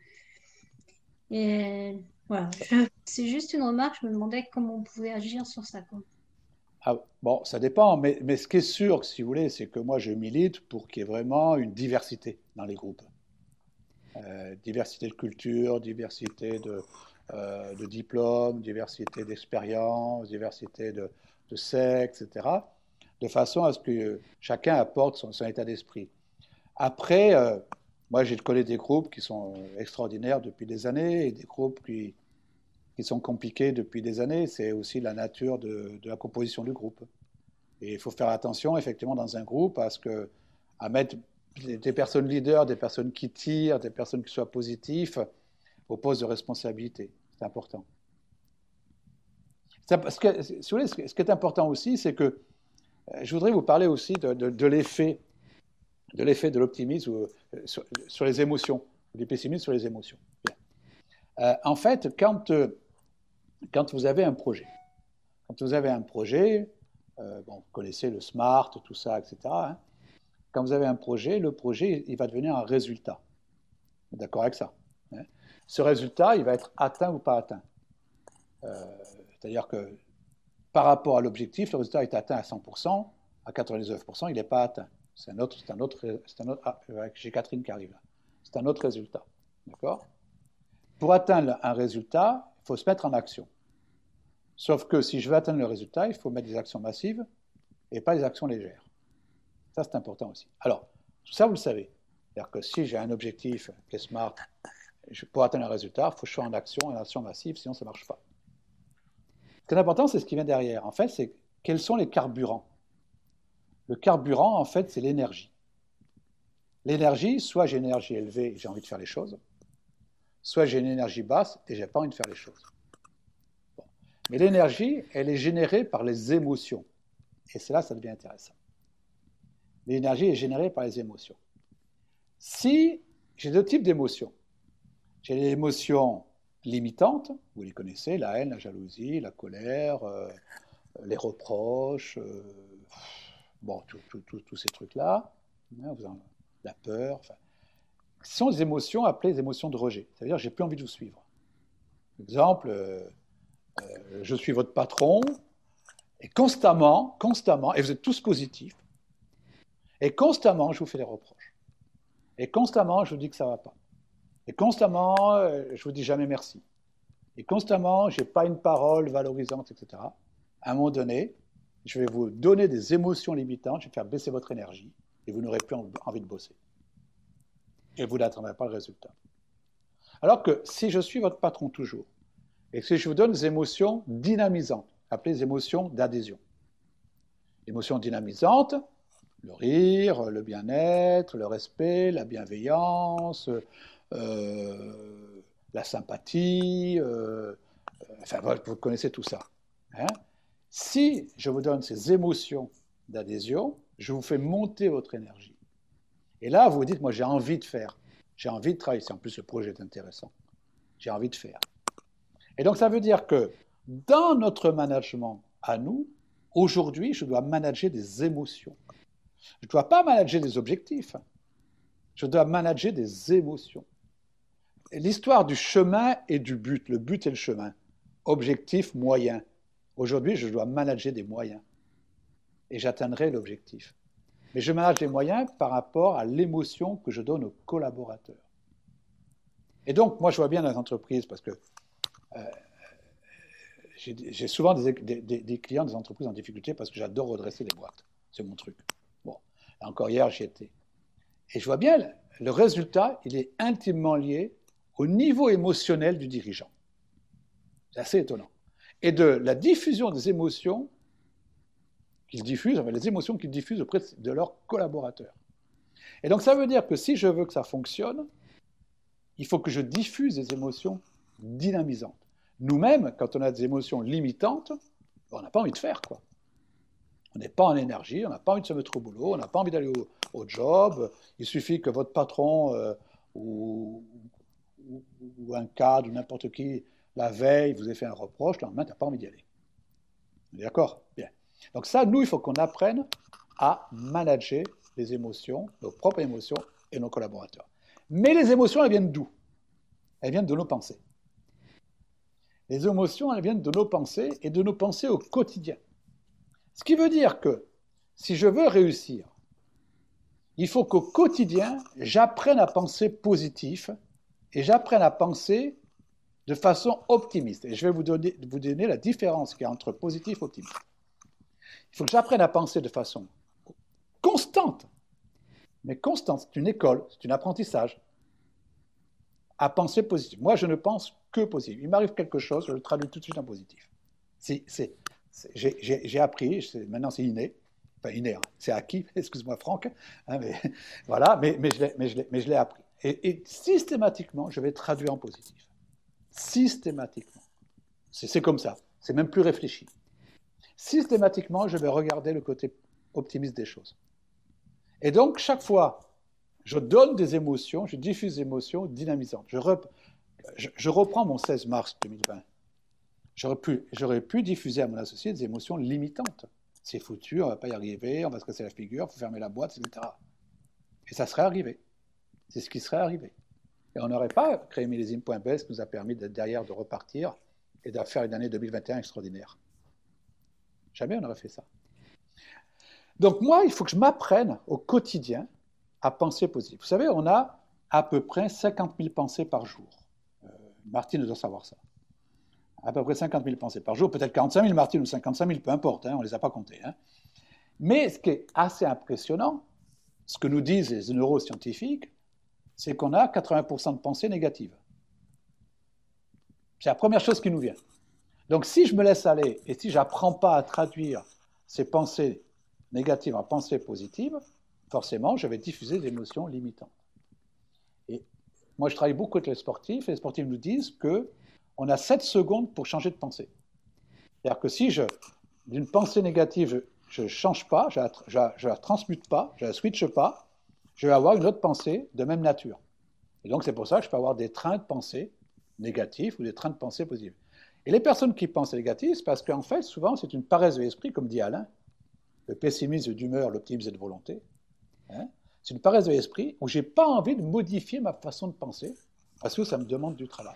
Et voilà, c'est juste une remarque, je me demandais comment on pouvait agir sur ça, quoi. Ah, bon, ça dépend, mais ce qui est sûr, si vous voulez, c'est que moi, je milite pour qu'il y ait vraiment une diversité dans les groupes. Diversité de culture, diversité de diplômes, diversité d'expériences, diversité de sexe, etc., de façon à ce que chacun apporte son état d'esprit. Après, moi, j'ai connu des groupes qui sont extraordinaires depuis des années et des groupes qui sont compliqués depuis des années. C'est aussi la nature de la composition du groupe. Et il faut faire attention, effectivement, dans un groupe, à mettre des personnes leaders, des personnes qui tirent, des personnes qui soient positives au poste de responsabilité. C'est important. Parce que, si vous voulez, ce qui est important aussi, c'est que je voudrais vous parler aussi de l'effet de l'optimisme sur les émotions, du pessimisme sur les émotions. En fait, quand vous avez un projet, bon, vous connaissez le SMART, tout ça, etc. Hein, quand vous avez un projet, le projet, il va devenir un résultat. Vous êtes d'accord avec ça? Hein? Ce résultat, il va être atteint ou pas atteint. C'est-à-dire que par rapport à l'objectif, le résultat est atteint à 100%, à 99%, il n'est pas atteint. J'ai Catherine qui arrive là. C'est un autre résultat. D'accord? Pour atteindre un résultat, il faut se mettre en action. Sauf que si je veux atteindre le résultat, il faut mettre des actions massives et pas des actions légères. Ça, c'est important aussi. Alors, tout ça, vous le savez. C'est-à-dire que si j'ai un objectif qui est SMART, pour atteindre un résultat, il faut que je sois en action massive, sinon ça ne marche pas. Ce qui est important, c'est ce qui vient derrière. En fait, c'est quels sont les carburants. Le carburant, en fait, c'est l'énergie. L'énergie, soit j'ai une énergie élevée et j'ai envie de faire les choses, soit j'ai une énergie basse et je n'ai pas envie de faire les choses. Bon. Mais l'énergie, elle est générée par les émotions. Et c'est là que ça devient intéressant. L'énergie est générée par les émotions. Si j'ai 2 types d'émotions, j'ai les émotions limitantes, vous les connaissez, la haine, la jalousie, la colère, les reproches, bon, tous ces trucs-là, hein, la peur, enfin, ce sont des émotions appelées des émotions de rejet. Ça veut dire que j'ai plus envie de vous suivre. Exemple, je suis votre patron, et constamment, et vous êtes tous positifs, et constamment, je vous fais des reproches. Et constamment, je vous dis que ça ne va pas. Et constamment, je vous dis jamais merci. Et constamment, je n'ai pas une parole valorisante, etc. À un moment donné, je vais vous donner des émotions limitantes, je vais faire baisser votre énergie, et vous n'aurez plus envie de bosser. Et vous n'atteindrez pas le résultat. Alors que si je suis votre patron toujours, et que si je vous donne des émotions dynamisantes, appelées des émotions d'adhésion. Émotions dynamisantes, le rire, le bien-être, le respect, la bienveillance, la sympathie, enfin, vous connaissez tout ça. Hein? Si je vous donne ces émotions d'adhésion, je vous fais monter votre énergie. Et là, vous vous dites, moi, j'ai envie de faire, j'ai envie de travailler. Si en plus le projet est intéressant, j'ai envie de faire. Et donc, ça veut dire que dans notre management à nous, Aujourd'hui, je dois manager des émotions. Je ne dois pas manager des objectifs. Je dois manager des émotions. Et l'histoire du chemin et du but, le but et le chemin, objectif, moyen. Aujourd'hui, je dois manager des moyens et j'atteindrai l'objectif. Mais je manage les moyens par rapport à l'émotion que je donne aux collaborateurs. Et donc, moi, je vois bien dans les entreprises, parce que j'ai souvent des clients des entreprises en difficulté parce que j'adore redresser les boîtes. C'est mon truc. Bon, encore hier, j'y étais. Et je vois bien, le résultat, il est intimement lié au niveau émotionnel du dirigeant. C'est assez étonnant. Et de la diffusion des émotions qu'ils diffusent, enfin, les émotions qu'ils diffusent auprès de leurs collaborateurs. Et donc, ça veut dire que si je veux que ça fonctionne, il faut que je diffuse des émotions dynamisantes. Nous-mêmes, quand on a des émotions limitantes, on n'a pas envie de faire, quoi. On n'est pas en énergie, on n'a pas envie de se mettre au boulot, on n'a pas envie d'aller au job. Il suffit que votre patron ou un cadre ou n'importe qui, la veille, vous ait fait un reproche, le lendemain, tu n'as pas envie d'y aller. D'accord ? Bien. Donc ça, nous, il faut qu'on apprenne à manager les émotions, nos propres émotions et nos collaborateurs. Mais les émotions, elles viennent d'où ? Elles viennent de nos pensées. Les émotions, elles viennent de nos pensées et de nos pensées au quotidien. Ce qui veut dire que si je veux réussir, il faut qu'au quotidien, j'apprenne à penser positif et j'apprenne à penser de façon optimiste. Et je vais vous donner la différence qu'il y a entre positif et optimiste. Il faut que j'apprenne à penser de façon constante. Mais constante, c'est une école, c'est un apprentissage. À penser positif. Moi, je ne pense que positif. Il m'arrive quelque chose, je le traduis tout de suite en positif. J'ai appris, maintenant c'est inné. Enfin, inné, hein, c'est acquis, excuse-moi Franck. Hein, mais, voilà, mais je l'ai appris. Et systématiquement, je vais traduire en positif. Systématiquement. C'est comme ça. C'est même plus réfléchi. Systématiquement, je vais regarder le côté optimiste des choses. Et donc, chaque fois, je donne des émotions, je diffuse des émotions dynamisantes. Je reprends mon 16 mars 2020. J'aurais pu diffuser à mon associé des émotions limitantes. C'est foutu, on ne va pas y arriver, on va se casser la figure, il faut fermer la boîte, etc. Et ça serait arrivé. C'est ce qui serait arrivé. Et on n'aurait pas créé millésime.be, ce qui nous a permis d'être derrière, de repartir et de faire une année 2021 extraordinaire. Jamais on n'aurait fait ça. Donc moi, il faut que je m'apprenne au quotidien à penser positif. Vous savez, on a à peu près 50 000 pensées par jour. Martine doit savoir ça. À peu près 50 000 pensées par jour, peut-être 45 000 Martine ou 55 000, peu importe, hein, on ne les a pas comptées. Hein. Mais ce qui est assez impressionnant, ce que nous disent les neuroscientifiques, c'est qu'on a 80% de pensées négatives. C'est la première chose qui nous vient. Donc si je me laisse aller et si je n'apprends pas à traduire ces pensées négatives en pensées positives, forcément, je vais diffuser des émotions limitantes. Et moi, je travaille beaucoup avec les sportifs, et les sportifs nous disent qu'on a 7 secondes pour changer de pensée. C'est-à-dire que si d'une pensée négative, je ne change pas, je ne la transmute pas, je ne la switche pas, je vais avoir une autre pensée de même nature. Et donc, c'est pour ça que je peux avoir des trains de pensée négatifs ou des trains de pensée positifs. Et les personnes qui pensent négatif, c'est parce qu'en fait, souvent, c'est une paresse de l'esprit, comme dit Alain. Le pessimisme d'humeur, l'optimisme est de volonté. Hein, c'est une paresse de l'esprit où je n'ai pas envie de modifier ma façon de penser parce que ça me demande du travail.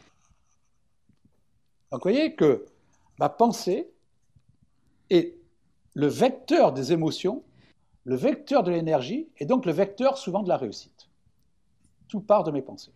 Donc, vous voyez que ma pensée est le vecteur des émotions, le vecteur de l'énergie et donc le vecteur souvent de la réussite. Tout part de mes pensées.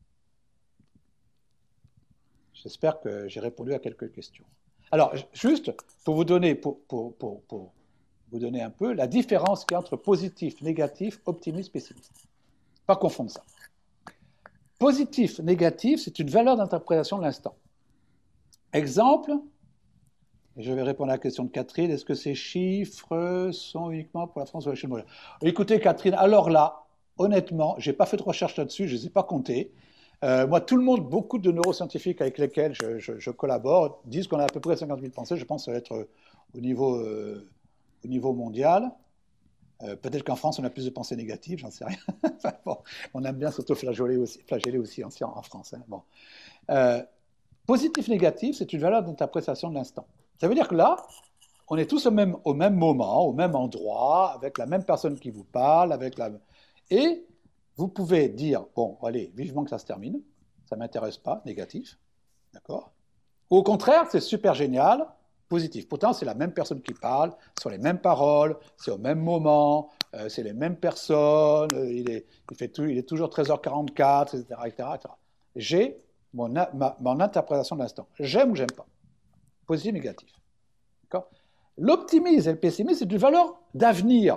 J'espère que j'ai répondu à quelques questions. Alors, juste pour vous donner, vous donner un peu la différence qu'il y a entre positif, négatif, optimiste, pessimiste. Pas confondre ça. Positif, négatif, c'est une valeur d'interprétation de l'instant. Exemple, je vais répondre à la question de Catherine, est-ce que ces chiffres sont uniquement pour la France ou la Chine? Écoutez Catherine, alors là, honnêtement, je n'ai pas fait de recherche là-dessus, je ne les ai pas comptés. Moi, tout le monde, beaucoup de neuroscientifiques avec lesquels je collabore, disent qu'on a à peu près 50 000 pensées. Je pense que ça va être au niveau mondial. Peut-être qu'en France, on a plus de pensées négatives, j'en sais rien. Enfin, bon, on aime bien s'auto-flageller aussi en France. Hein. Bon. Positif-négatif, c'est une valeur d'interprétation de l'instant. Ça veut dire que là, on est tous au même moment, au même endroit, avec la même personne qui vous parle, et vous pouvez dire, bon, allez, vivement que ça se termine, ça ne m'intéresse pas, négatif, d'accord? Ou au contraire, c'est super génial, positif. Pourtant, c'est la même personne qui parle, ce sont les mêmes paroles, c'est au même moment, c'est les mêmes personnes, il est toujours 13h44, etc., etc., etc. J'ai mon interprétation de l'instant. J'aime ou j'aime pas. Positif, négatif. D'accord? L'optimisme et le pessimisme, c'est une valeur d'avenir.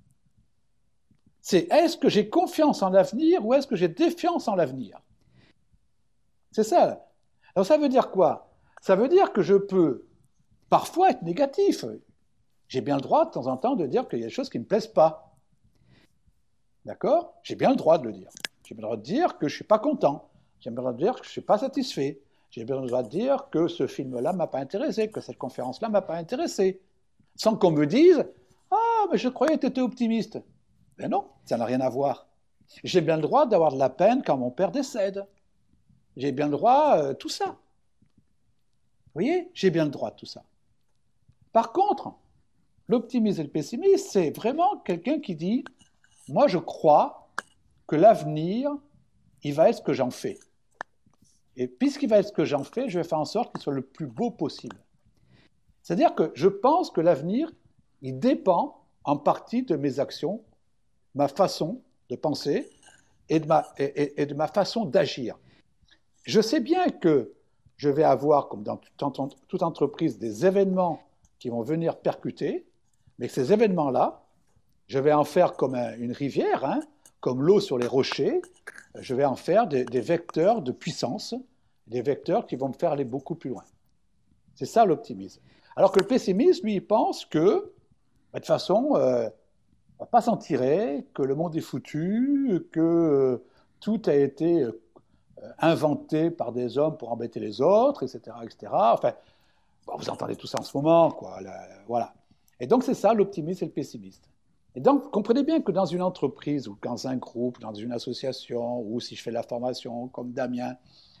C'est est-ce que j'ai confiance en l'avenir ou est-ce que j'ai défiance en l'avenir? C'est ça. Alors ça veut dire quoi? Ça veut dire que je peux parfois être négatif. J'ai bien le droit de temps en temps de dire qu'il y a des choses qui ne me plaisent pas. D'accord? J'ai bien le droit de le dire. J'ai bien le droit de dire que je ne suis pas content. J'ai bien le droit de dire que je ne suis pas satisfait. J'ai bien le droit de dire que ce film-là ne m'a pas intéressé, que cette conférence-là ne m'a pas intéressé. Sans qu'on me dise « Ah, mais je croyais que tu étais optimiste. » Ben non, ça n'a rien à voir. J'ai bien le droit d'avoir de la peine quand mon père décède. J'ai bien le droit, tout ça. Vous voyez? J'ai bien le droit de tout ça. Par contre, l'optimisme et le pessimisme, c'est vraiment quelqu'un qui dit « Moi, je crois que l'avenir, il va être ce que j'en fais. Et puisqu'il va être ce que j'en fais, je vais faire en sorte qu'il soit le plus beau possible. » C'est-à-dire que je pense que l'avenir, il dépend en partie de mes actions, ma façon de penser et de ma façon d'agir. Je sais bien que je vais avoir, comme dans toute entreprise, des événements qui vont venir percuter, mais que ces événements-là, je vais en faire comme une rivière, hein, comme l'eau sur les rochers, je vais en faire des vecteurs de puissance, des vecteurs qui vont me faire aller beaucoup plus loin. C'est ça l'optimisme. Alors que le pessimisme, lui, il pense que, de toute façon, on ne va pas s'en tirer, que le monde est foutu, que tout a été inventé par des hommes pour embêter les autres, etc., etc. Enfin, bon, vous entendez tout ça en ce moment, quoi. Voilà. Et donc, c'est ça l'optimisme et le pessimiste. Et donc, comprenez bien que dans une entreprise ou dans un groupe, dans une association, ou si je fais de la formation comme Damien,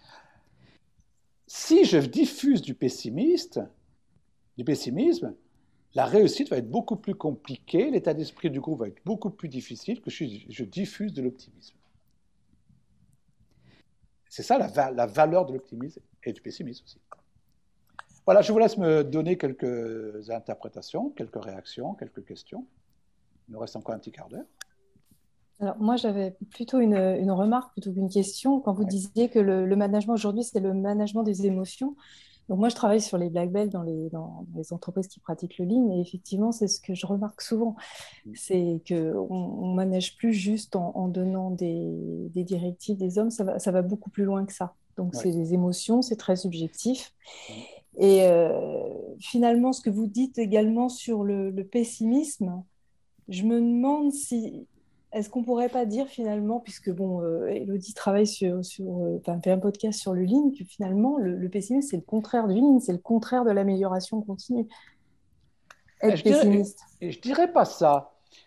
si je diffuse du pessimisme, la réussite va être beaucoup plus compliquée, l'état d'esprit du groupe va être beaucoup plus difficile que si je diffuse de l'optimisme. C'est ça la valeur de l'optimisme et du pessimisme aussi. Voilà, je vous laisse me donner quelques interprétations, quelques réactions, quelques questions. Il nous reste encore un petit quart d'heure. Alors, moi, j'avais plutôt une remarque plutôt qu'une question. Quand vous disiez que le management aujourd'hui, c'est le management des émotions. Donc, moi, je travaille sur les black belts dans les entreprises qui pratiquent le lean. Et effectivement, c'est ce que je remarque souvent. C'est qu'on ne manage plus juste en donnant des directives des hommes. Ça va beaucoup plus loin que ça. Donc, c'est des émotions, c'est très subjectif. Et finalement, ce que vous dites également sur le pessimisme, je me demande si... Est-ce qu'on ne pourrait pas dire finalement, puisque Élodie travaille fait un podcast sur le lean, que finalement le pessimisme c'est le contraire du lean, c'est le contraire de l'amélioration continue. Être pessimiste. Je dirais pas ça.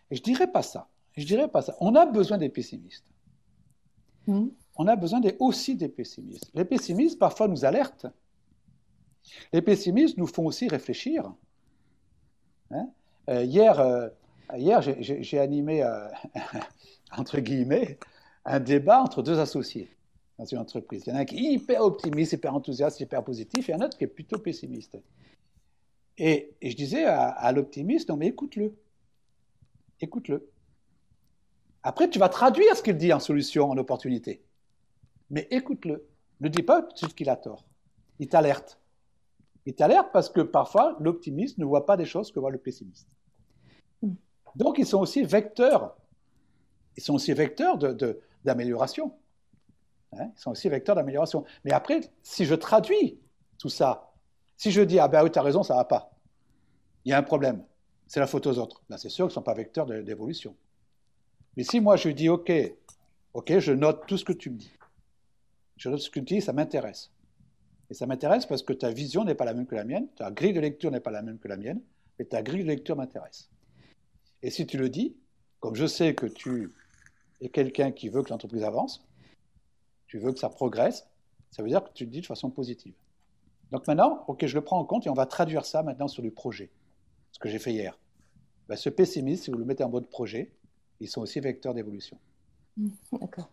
On a besoin des pessimistes. On a besoin aussi des pessimistes. Les pessimistes parfois nous alertent. Les pessimistes nous font aussi réfléchir. Hein? Hier, j'ai animé, entre guillemets, un débat entre deux associés dans une entreprise. Il y en a un qui est hyper optimiste, hyper enthousiaste, hyper positif, et un autre qui est plutôt pessimiste. Et je disais à l'optimiste, non mais écoute-le. Écoute-le. Après, tu vas traduire ce qu'il dit en solution, en opportunité. Mais écoute-le. Ne dis pas tout de suite qu'il a tort. Il t'alerte. Il t'alerte parce que parfois, l'optimiste ne voit pas des choses que voit le pessimiste. Donc, ils sont aussi vecteurs. Ils sont aussi vecteurs d'amélioration. Hein, ils sont aussi vecteurs d'amélioration. Mais après, si je traduis tout ça, si je dis « Ah ben oui, tu as raison, ça ne va pas. Il y a un problème. C'est la faute aux autres. » Là, c'est sûr qu'ils ne sont pas vecteurs d'évolution. Mais si moi, je dis « Ok, je note tout ce que tu me dis. Je note ce que tu me dis, ça m'intéresse. Et ça m'intéresse parce que ta vision n'est pas la même que la mienne, ta grille de lecture n'est pas la même que la mienne, mais ta grille de lecture m'intéresse. » Et si tu le dis, comme je sais que tu es quelqu'un qui veut que l'entreprise avance, tu veux que ça progresse, ça veut dire que tu le dis de façon positive. Donc maintenant, ok, je le prends en compte et on va traduire ça maintenant sur du projet. ce que j'ai fait hier. Ben, ce pessimiste, si vous le mettez en mode projet, ils sont aussi vecteurs d'évolution. D'accord.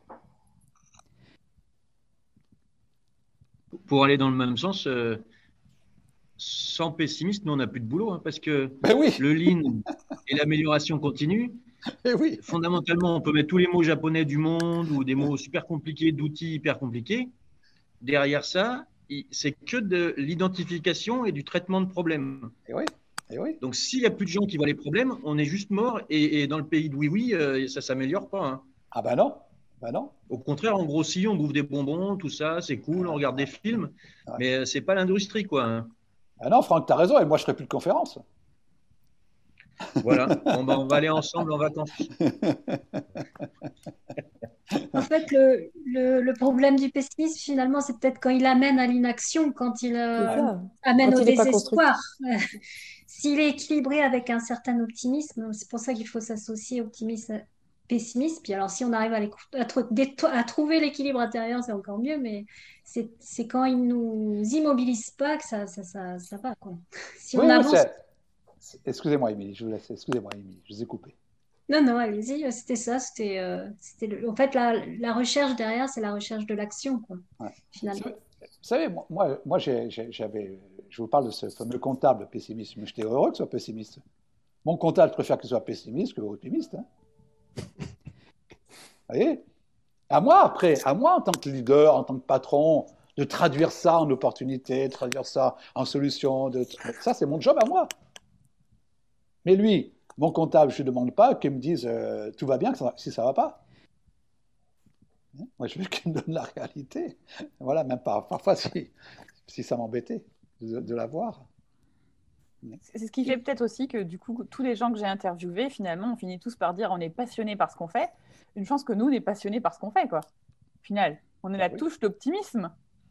Pour aller dans le même sens, sans pessimiste, nous, on n'a plus de boulot, hein, parce que Ben oui, le lean et l'amélioration continue, eh oui. fondamentalement, on peut mettre tous les mots japonais du monde ou des mots super compliqués, d'outils hyper compliqués. Derrière ça, c'est que de l'identification et du traitement de problèmes. Eh oui, eh oui. Donc, s'il n'y a plus de gens qui voient les problèmes, on est juste mort. Et dans le pays de oui-oui, ça ne s'améliore pas. Hein. Ah ben non, ben non. Au contraire, on grossit, on bouffe des bonbons, tout ça, c'est cool, on regarde des films. Ouais. Mais ce n'est pas l'industrie, quoi. Hein. Ah non, Franck, tu as raison, et moi je ne ferai plus de conférences. Voilà, bon, ben, on va aller ensemble en vacances. En fait, le problème du pessimisme, finalement, c'est peut-être quand il amène à l'inaction, quand il C'est ça. amène Quand au il n'est pas désespoir. S'il est équilibré avec un certain optimisme, c'est pour ça qu'il faut s'associer optimisme, pessimisme. Puis alors, si on arrive à trouver l'équilibre intérieur, c'est encore mieux, mais c'est quand il nous immobilise pas que ça va, quoi. Si Oui, on oui, avance. excusez-moi, Émilie, je vous laisse. Excusez-moi, Émilie, je vous ai coupé. Non, allez-y, c'était ça. En fait, la recherche derrière, c'est la recherche de l'action, quoi, Ouais. finalement. Vous savez, moi je vous parle de ce fameux comptable pessimiste, mais j'étais heureux que ce soit pessimiste. Mon comptable préfère qu'il soit pessimiste que optimiste. Hein. Vous voyez? À moi, après, à moi, en tant que leader, en tant que patron, de traduire ça en opportunité, de traduire ça en solution. Ça, c'est mon job à moi. Mais lui, mon comptable, je ne lui demande pas qu'il me dise tout va bien si ça ne va pas. Moi, je veux qu'il me donne la réalité. Voilà, même parfois, si ça m'embêtait de la voir. C'est ce qui fait peut-être aussi que du coup, tous les gens que j'ai interviewés, finalement, on finit tous par dire on est passionné par ce qu'on fait. Une chance que nous, on est passionnés par ce qu'on fait, quoi. Au final, on est la touche d'optimisme.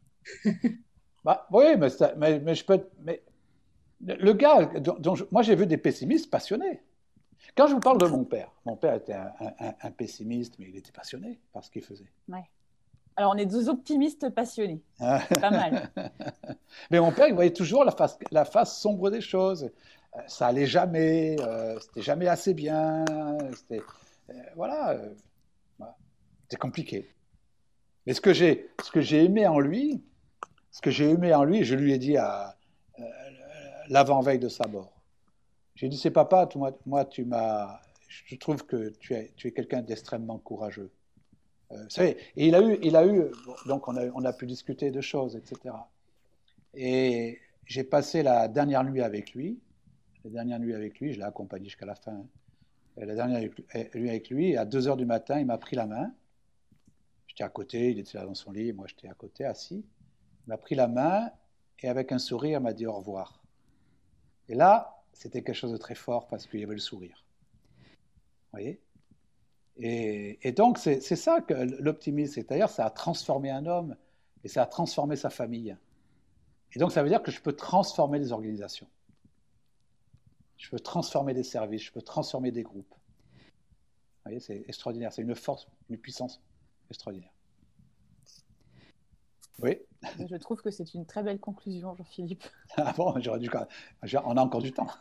Bah, oui, mais je peux. Mais le gars, moi j'ai vu des pessimistes passionnés. Quand je vous parle de mon père était un pessimiste, mais il était passionné par ce qu'il faisait. Ouais. Alors on est deux optimistes passionnés. C'est pas mal. Mais mon père, il voyait toujours la face sombre des choses. Ça allait jamais, c'était jamais assez bien. Voilà, c'était compliqué. Mais ce que j'ai aimé en lui, je lui ai dit à l'avant-veille de sa mort. J'ai dit, c'est papa, moi, je trouve que tu es quelqu'un d'extrêmement courageux. Vous savez, et il a eu, donc on a pu discuter de choses, etc. Et j'ai passé la dernière nuit avec lui. Je l'ai accompagné jusqu'à la fin. Et la dernière nuit avec lui, et à 2 heures du matin, il m'a pris la main. J'étais à côté, il était là dans son lit, moi j'étais à côté, assis. Il m'a pris la main et avec un sourire, il m'a dit au revoir. Et là, c'était quelque chose de très fort parce qu'il y avait le sourire. Vous voyez ? Et donc, c'est ça que l'optimisme, c'est-à-dire ça a transformé un homme et ça a transformé sa famille. Et donc, ça veut dire que je peux transformer des organisations. Je peux transformer des services, je peux transformer des groupes. Vous voyez, c'est extraordinaire, c'est une force, une puissance extraordinaire. Oui. Je trouve que c'est une très belle conclusion, Jean-Philippe. Ah bon, on a encore du temps.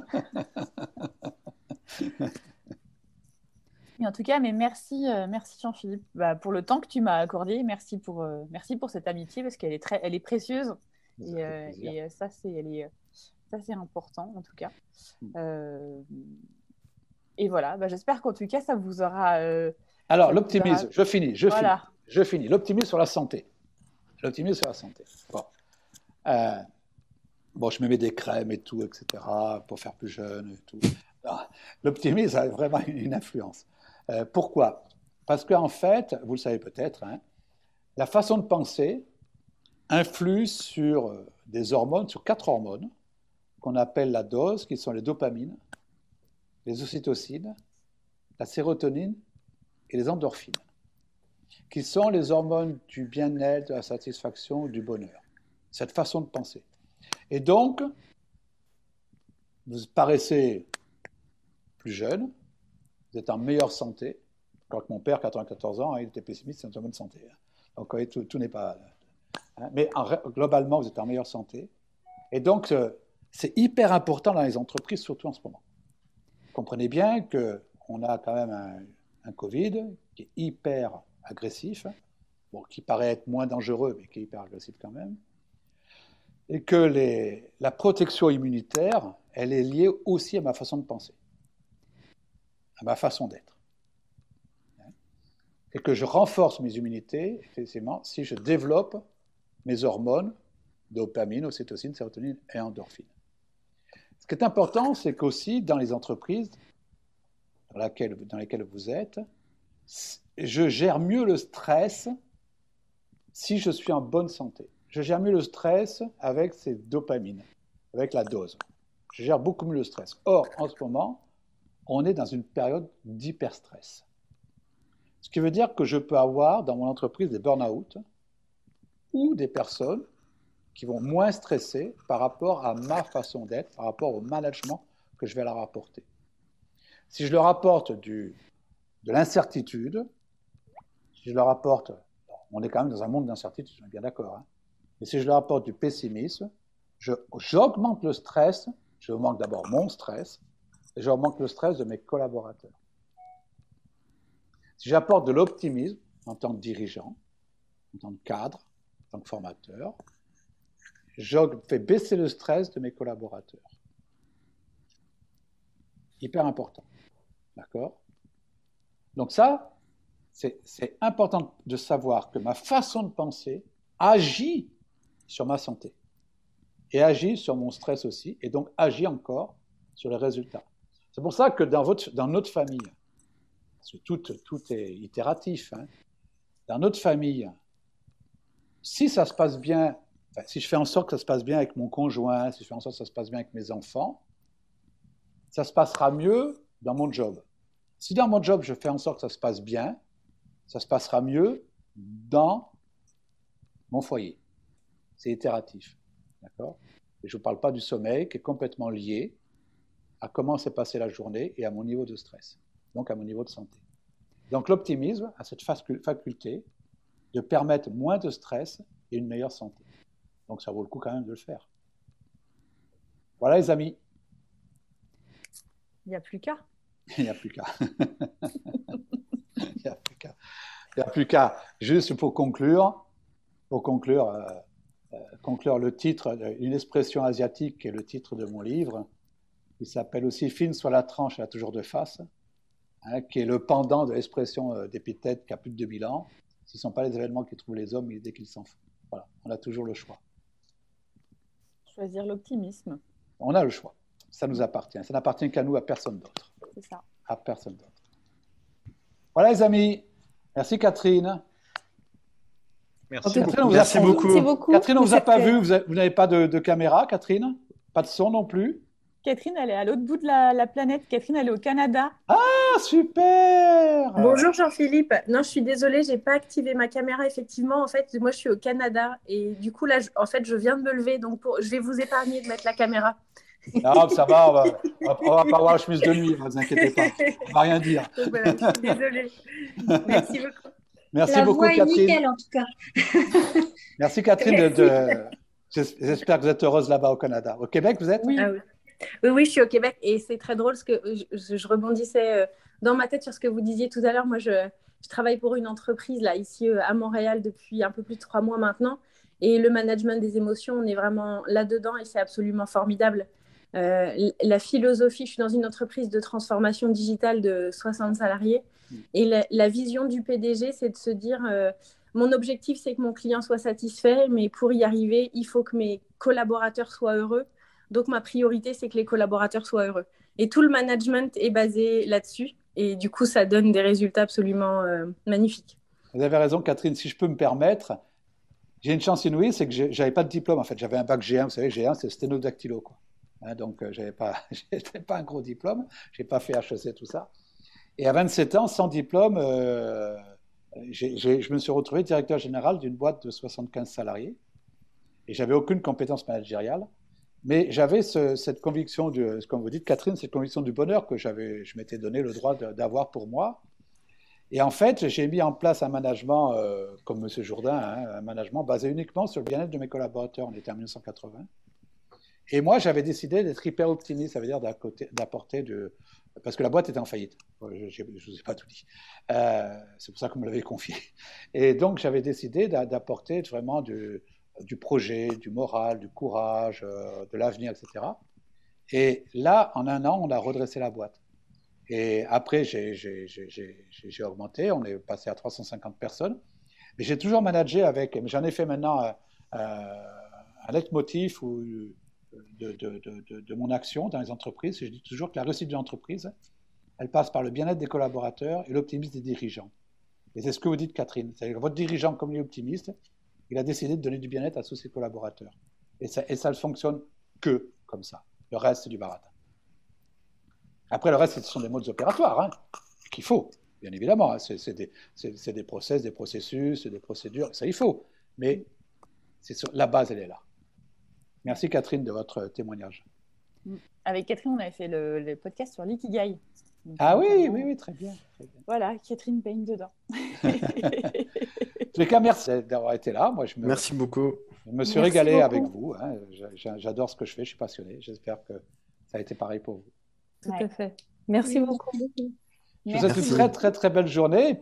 Mais en tout cas, merci Jean-Philippe pour le temps que tu m'as accordé. Merci pour cette amitié parce qu'elle elle est précieuse et ça c'est important en tout cas. Et voilà, j'espère qu'en tout cas ça vous aura. Alors l'optimisme, je finis. L'optimisme sur la santé. Bon, je me mets des crèmes et tout, etc. pour faire plus jeune et tout. L'optimisme a vraiment une influence. Pourquoi ? Parce qu'en fait, vous le savez peut-être, hein, la façon de penser influe sur des hormones, sur 4 hormones qu'on appelle la dose, qui sont les dopamines, les ocytocines, la sérotonine et les endorphines, qui sont les hormones du bien-être, de la satisfaction, du bonheur. Cette façon de penser. Et donc, vous paraissez plus jeune, vous êtes en meilleure santé. Quand mon père, 94 ans, il était pessimiste, c'est en bonne santé. Donc, vous voyez, tout n'est pas... Mais globalement, vous êtes en meilleure santé. Et donc, C'est hyper important dans les entreprises, surtout en ce moment. Comprenez bien qu'on a quand même un Covid qui est hyper agressif, bon, qui paraît être moins dangereux, mais qui est hyper agressif quand même, et que la protection immunitaire, elle est liée aussi à ma façon de penser, à ma façon d'être. Et que je renforce mes immunités, effectivement, si je développe mes hormones, dopamine, ocytocine, sérotonine et endorphine. Ce qui est important, c'est qu'aussi dans les entreprises dans lesquelles vous êtes, je gère mieux le stress si je suis en bonne santé. Je gère mieux le stress avec ces dopamines, avec la dose. Je gère beaucoup mieux le stress. Or, en ce moment, on est dans une période d'hyperstress. Ce qui veut dire que je peux avoir dans mon entreprise des burn-out ou des personnes qui vont moins stresser par rapport à ma façon d'être, par rapport au management que je vais leur apporter. Si je leur apporte de l'incertitude, si je leur apporte, on est quand même dans un monde d'incertitude, on est bien d'accord, hein, mais si je leur apporte du pessimisme, j'augmente le stress, j'augmente d'abord mon stress, et j'augmente le stress de mes collaborateurs. Si j'apporte de l'optimisme en tant que dirigeant, en tant que cadre, en tant que formateur, je fais baisser le stress de mes collaborateurs. Hyper important. D'accord ? Donc ça, c'est important de savoir que ma façon de penser agit sur ma santé et agit sur mon stress aussi, et donc agit encore sur les résultats. C'est pour ça que dans notre famille, parce que tout est itératif, hein, dans notre famille, si ça se passe bien, si je fais en sorte que ça se passe bien avec mon conjoint, si je fais en sorte que ça se passe bien avec mes enfants, ça se passera mieux dans mon job. Si dans mon job, je fais en sorte que ça se passe bien, ça se passera mieux dans mon foyer. C'est itératif. D'accord ? Et je ne parle pas du sommeil qui est complètement lié à comment s'est passée la journée et à mon niveau de stress, donc à mon niveau de santé. Donc l'optimisme a cette faculté de permettre moins de stress et une meilleure santé. Donc ça vaut le coup quand même de le faire. Voilà les amis. Il n'y a plus qu'à. Il n'y a plus qu'à. Il n'y a plus qu'à. Il n'y a plus qu'à. Juste pour conclure le titre, une expression asiatique qui est le titre de mon livre, qui s'appelle aussi « Fine soit la tranche, elle a toujours deux faces », hein, qui est le pendant de l'expression d'Épithète qui a plus de 2000 ans. Ce ne sont pas les événements qui trouvent les hommes, mais dès qu'ils s'en font. Voilà, on a toujours le choix. Choisir l'optimisme. On a le choix. Ça nous appartient. Ça n'appartient qu'à nous, à personne d'autre. C'est ça. À personne d'autre. Voilà les amis. Merci Catherine. Merci, Merci beaucoup. Catherine, on ne vous a pas vu. Vous n'avez pas de caméra, Catherine ? Pas de son non plus ? Catherine, elle est à l'autre bout de la planète. Catherine, elle est au Canada. Ah, super ! Bonjour Jean-Philippe. Non, je suis désolée, j'ai pas activé ma caméra. Effectivement, en fait, moi, je suis au Canada et du coup là, je viens de me lever, donc je vais vous épargner de mettre la caméra. Non, ça va, on va pas voir la chemise de nuit, ne vous inquiétez pas. On ne va rien dire. Donc, voilà, je suis désolée. Merci beaucoup. Merci La beaucoup, voix est Catherine. nickel, en tout cas. Merci, Catherine. J'espère que vous êtes heureuse là-bas au Canada. Au Québec, vous êtes ? Oui. Ah oui, je suis au Québec et c'est très drôle parce que je rebondissais dans ma tête sur ce que vous disiez tout à l'heure. Moi, je travaille pour une entreprise là, ici à Montréal depuis un peu plus de 3 mois maintenant. Et le management des émotions, on est vraiment là-dedans et c'est absolument formidable. La philosophie, je suis dans une entreprise de transformation digitale de 60 salariés et la vision du PDG, c'est de se dire mon objectif, c'est que mon client soit satisfait, mais pour y arriver, il faut que mes collaborateurs soient heureux. Donc, ma priorité, c'est que les collaborateurs soient heureux. Et tout le management est basé là-dessus. Et du coup, ça donne des résultats absolument magnifiques. Vous avez raison, Catherine. Si je peux me permettre, j'ai une chance inouïe, c'est que je n'avais pas de diplôme. En fait, j'avais un bac G1. Vous savez, G1, c'est sténodactylo, quoi. Hein, donc, je n'étais pas un gros diplôme. Je n'ai pas fait HEC, tout ça. Et à 27 ans, sans diplôme, je me suis retrouvé directeur général d'une boîte de 75 salariés. Et je n'avais aucune compétence managériale. Mais j'avais cette conviction, comme vous dites, Catherine, cette conviction du bonheur que je m'étais donné le droit d'avoir pour moi. Et en fait, j'ai mis en place un management, comme M. Jourdain, hein, un management basé uniquement sur le bien-être de mes collaborateurs. On était en 1980. Et moi, j'avais décidé d'être hyper optimiste, ça veut dire d'apporter parce que la boîte était en faillite. Je ne vous ai pas tout dit. C'est pour ça que vous me l'avez confié. Et donc, j'avais décidé d'apporter vraiment du projet, du moral, du courage, de l'avenir, etc. Et là, en 1 an, on a redressé la boîte. Et après, j'ai augmenté, on est passé à 350 personnes. Mais j'ai toujours managé avec, mais j'en ai fait maintenant un leitmotiv de mon action dans les entreprises. Je dis toujours que la réussite d'une entreprise, elle passe par le bien-être des collaborateurs et l'optimisme des dirigeants. Et c'est ce que vous dites, Catherine. C'est-à-dire que votre dirigeant, comme il est optimiste, il a décidé de donner du bien-être à tous ses collaborateurs. Et ça ne fonctionne que comme ça. Le reste, c'est du baratin. Après, le reste, ce sont des modes opératoires qu'il faut, bien évidemment. Hein. C'est des process, des processus, des procédures, ça il faut. Mais la base, elle est là. Merci Catherine de votre témoignage. Avec Catherine, on avait fait le podcast sur l'ikigai. Donc, oui, très bien. Voilà, Catherine baigne dedans. En tous les cas, merci d'avoir été là. Moi, merci beaucoup. Je me suis régalé avec vous. Hein. J'adore ce que je fais, je suis passionné. J'espère que ça a été pareil pour vous. Tout à fait. Merci beaucoup. Je vous souhaite une très, très, très belle journée.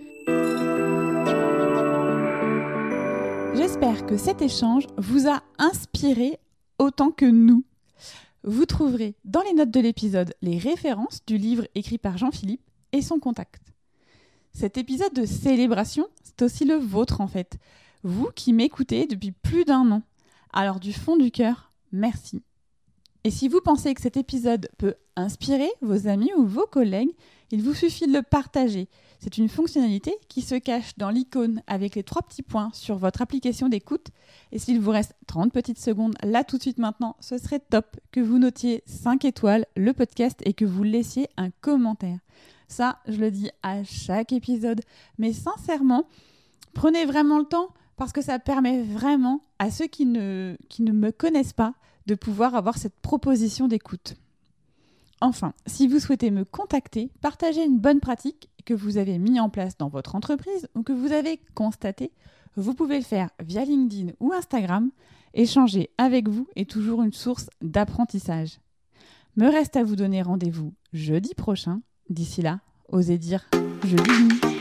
J'espère que cet échange vous a inspiré autant que nous. Vous trouverez dans les notes de l'épisode les références du livre écrit par Jean-Philippe et son contact. Cet épisode de célébration, c'est aussi le vôtre en fait. Vous qui m'écoutez depuis plus d'1 an. Alors du fond du cœur, merci. Et si vous pensez que cet épisode peut inspirer vos amis ou vos collègues, il vous suffit de le partager. C'est une fonctionnalité qui se cache dans l'icône avec les 3 petits points sur votre application d'écoute. Et s'il vous reste 30 petites secondes là tout de suite maintenant, ce serait top que vous notiez 5 étoiles le podcast et que vous laissiez un commentaire. Ça, je le dis à chaque épisode. Mais sincèrement, prenez vraiment le temps parce que ça permet vraiment à ceux qui ne me connaissent pas de pouvoir avoir cette proposition d'écoute. Enfin, si vous souhaitez me contacter, partagez une bonne pratique que vous avez mis en place dans votre entreprise ou que vous avez constaté, vous pouvez le faire via LinkedIn ou Instagram. Échanger avec vous est toujours une source d'apprentissage. Me reste à vous donner rendez-vous jeudi prochain. D'ici là, osez dire jeudi.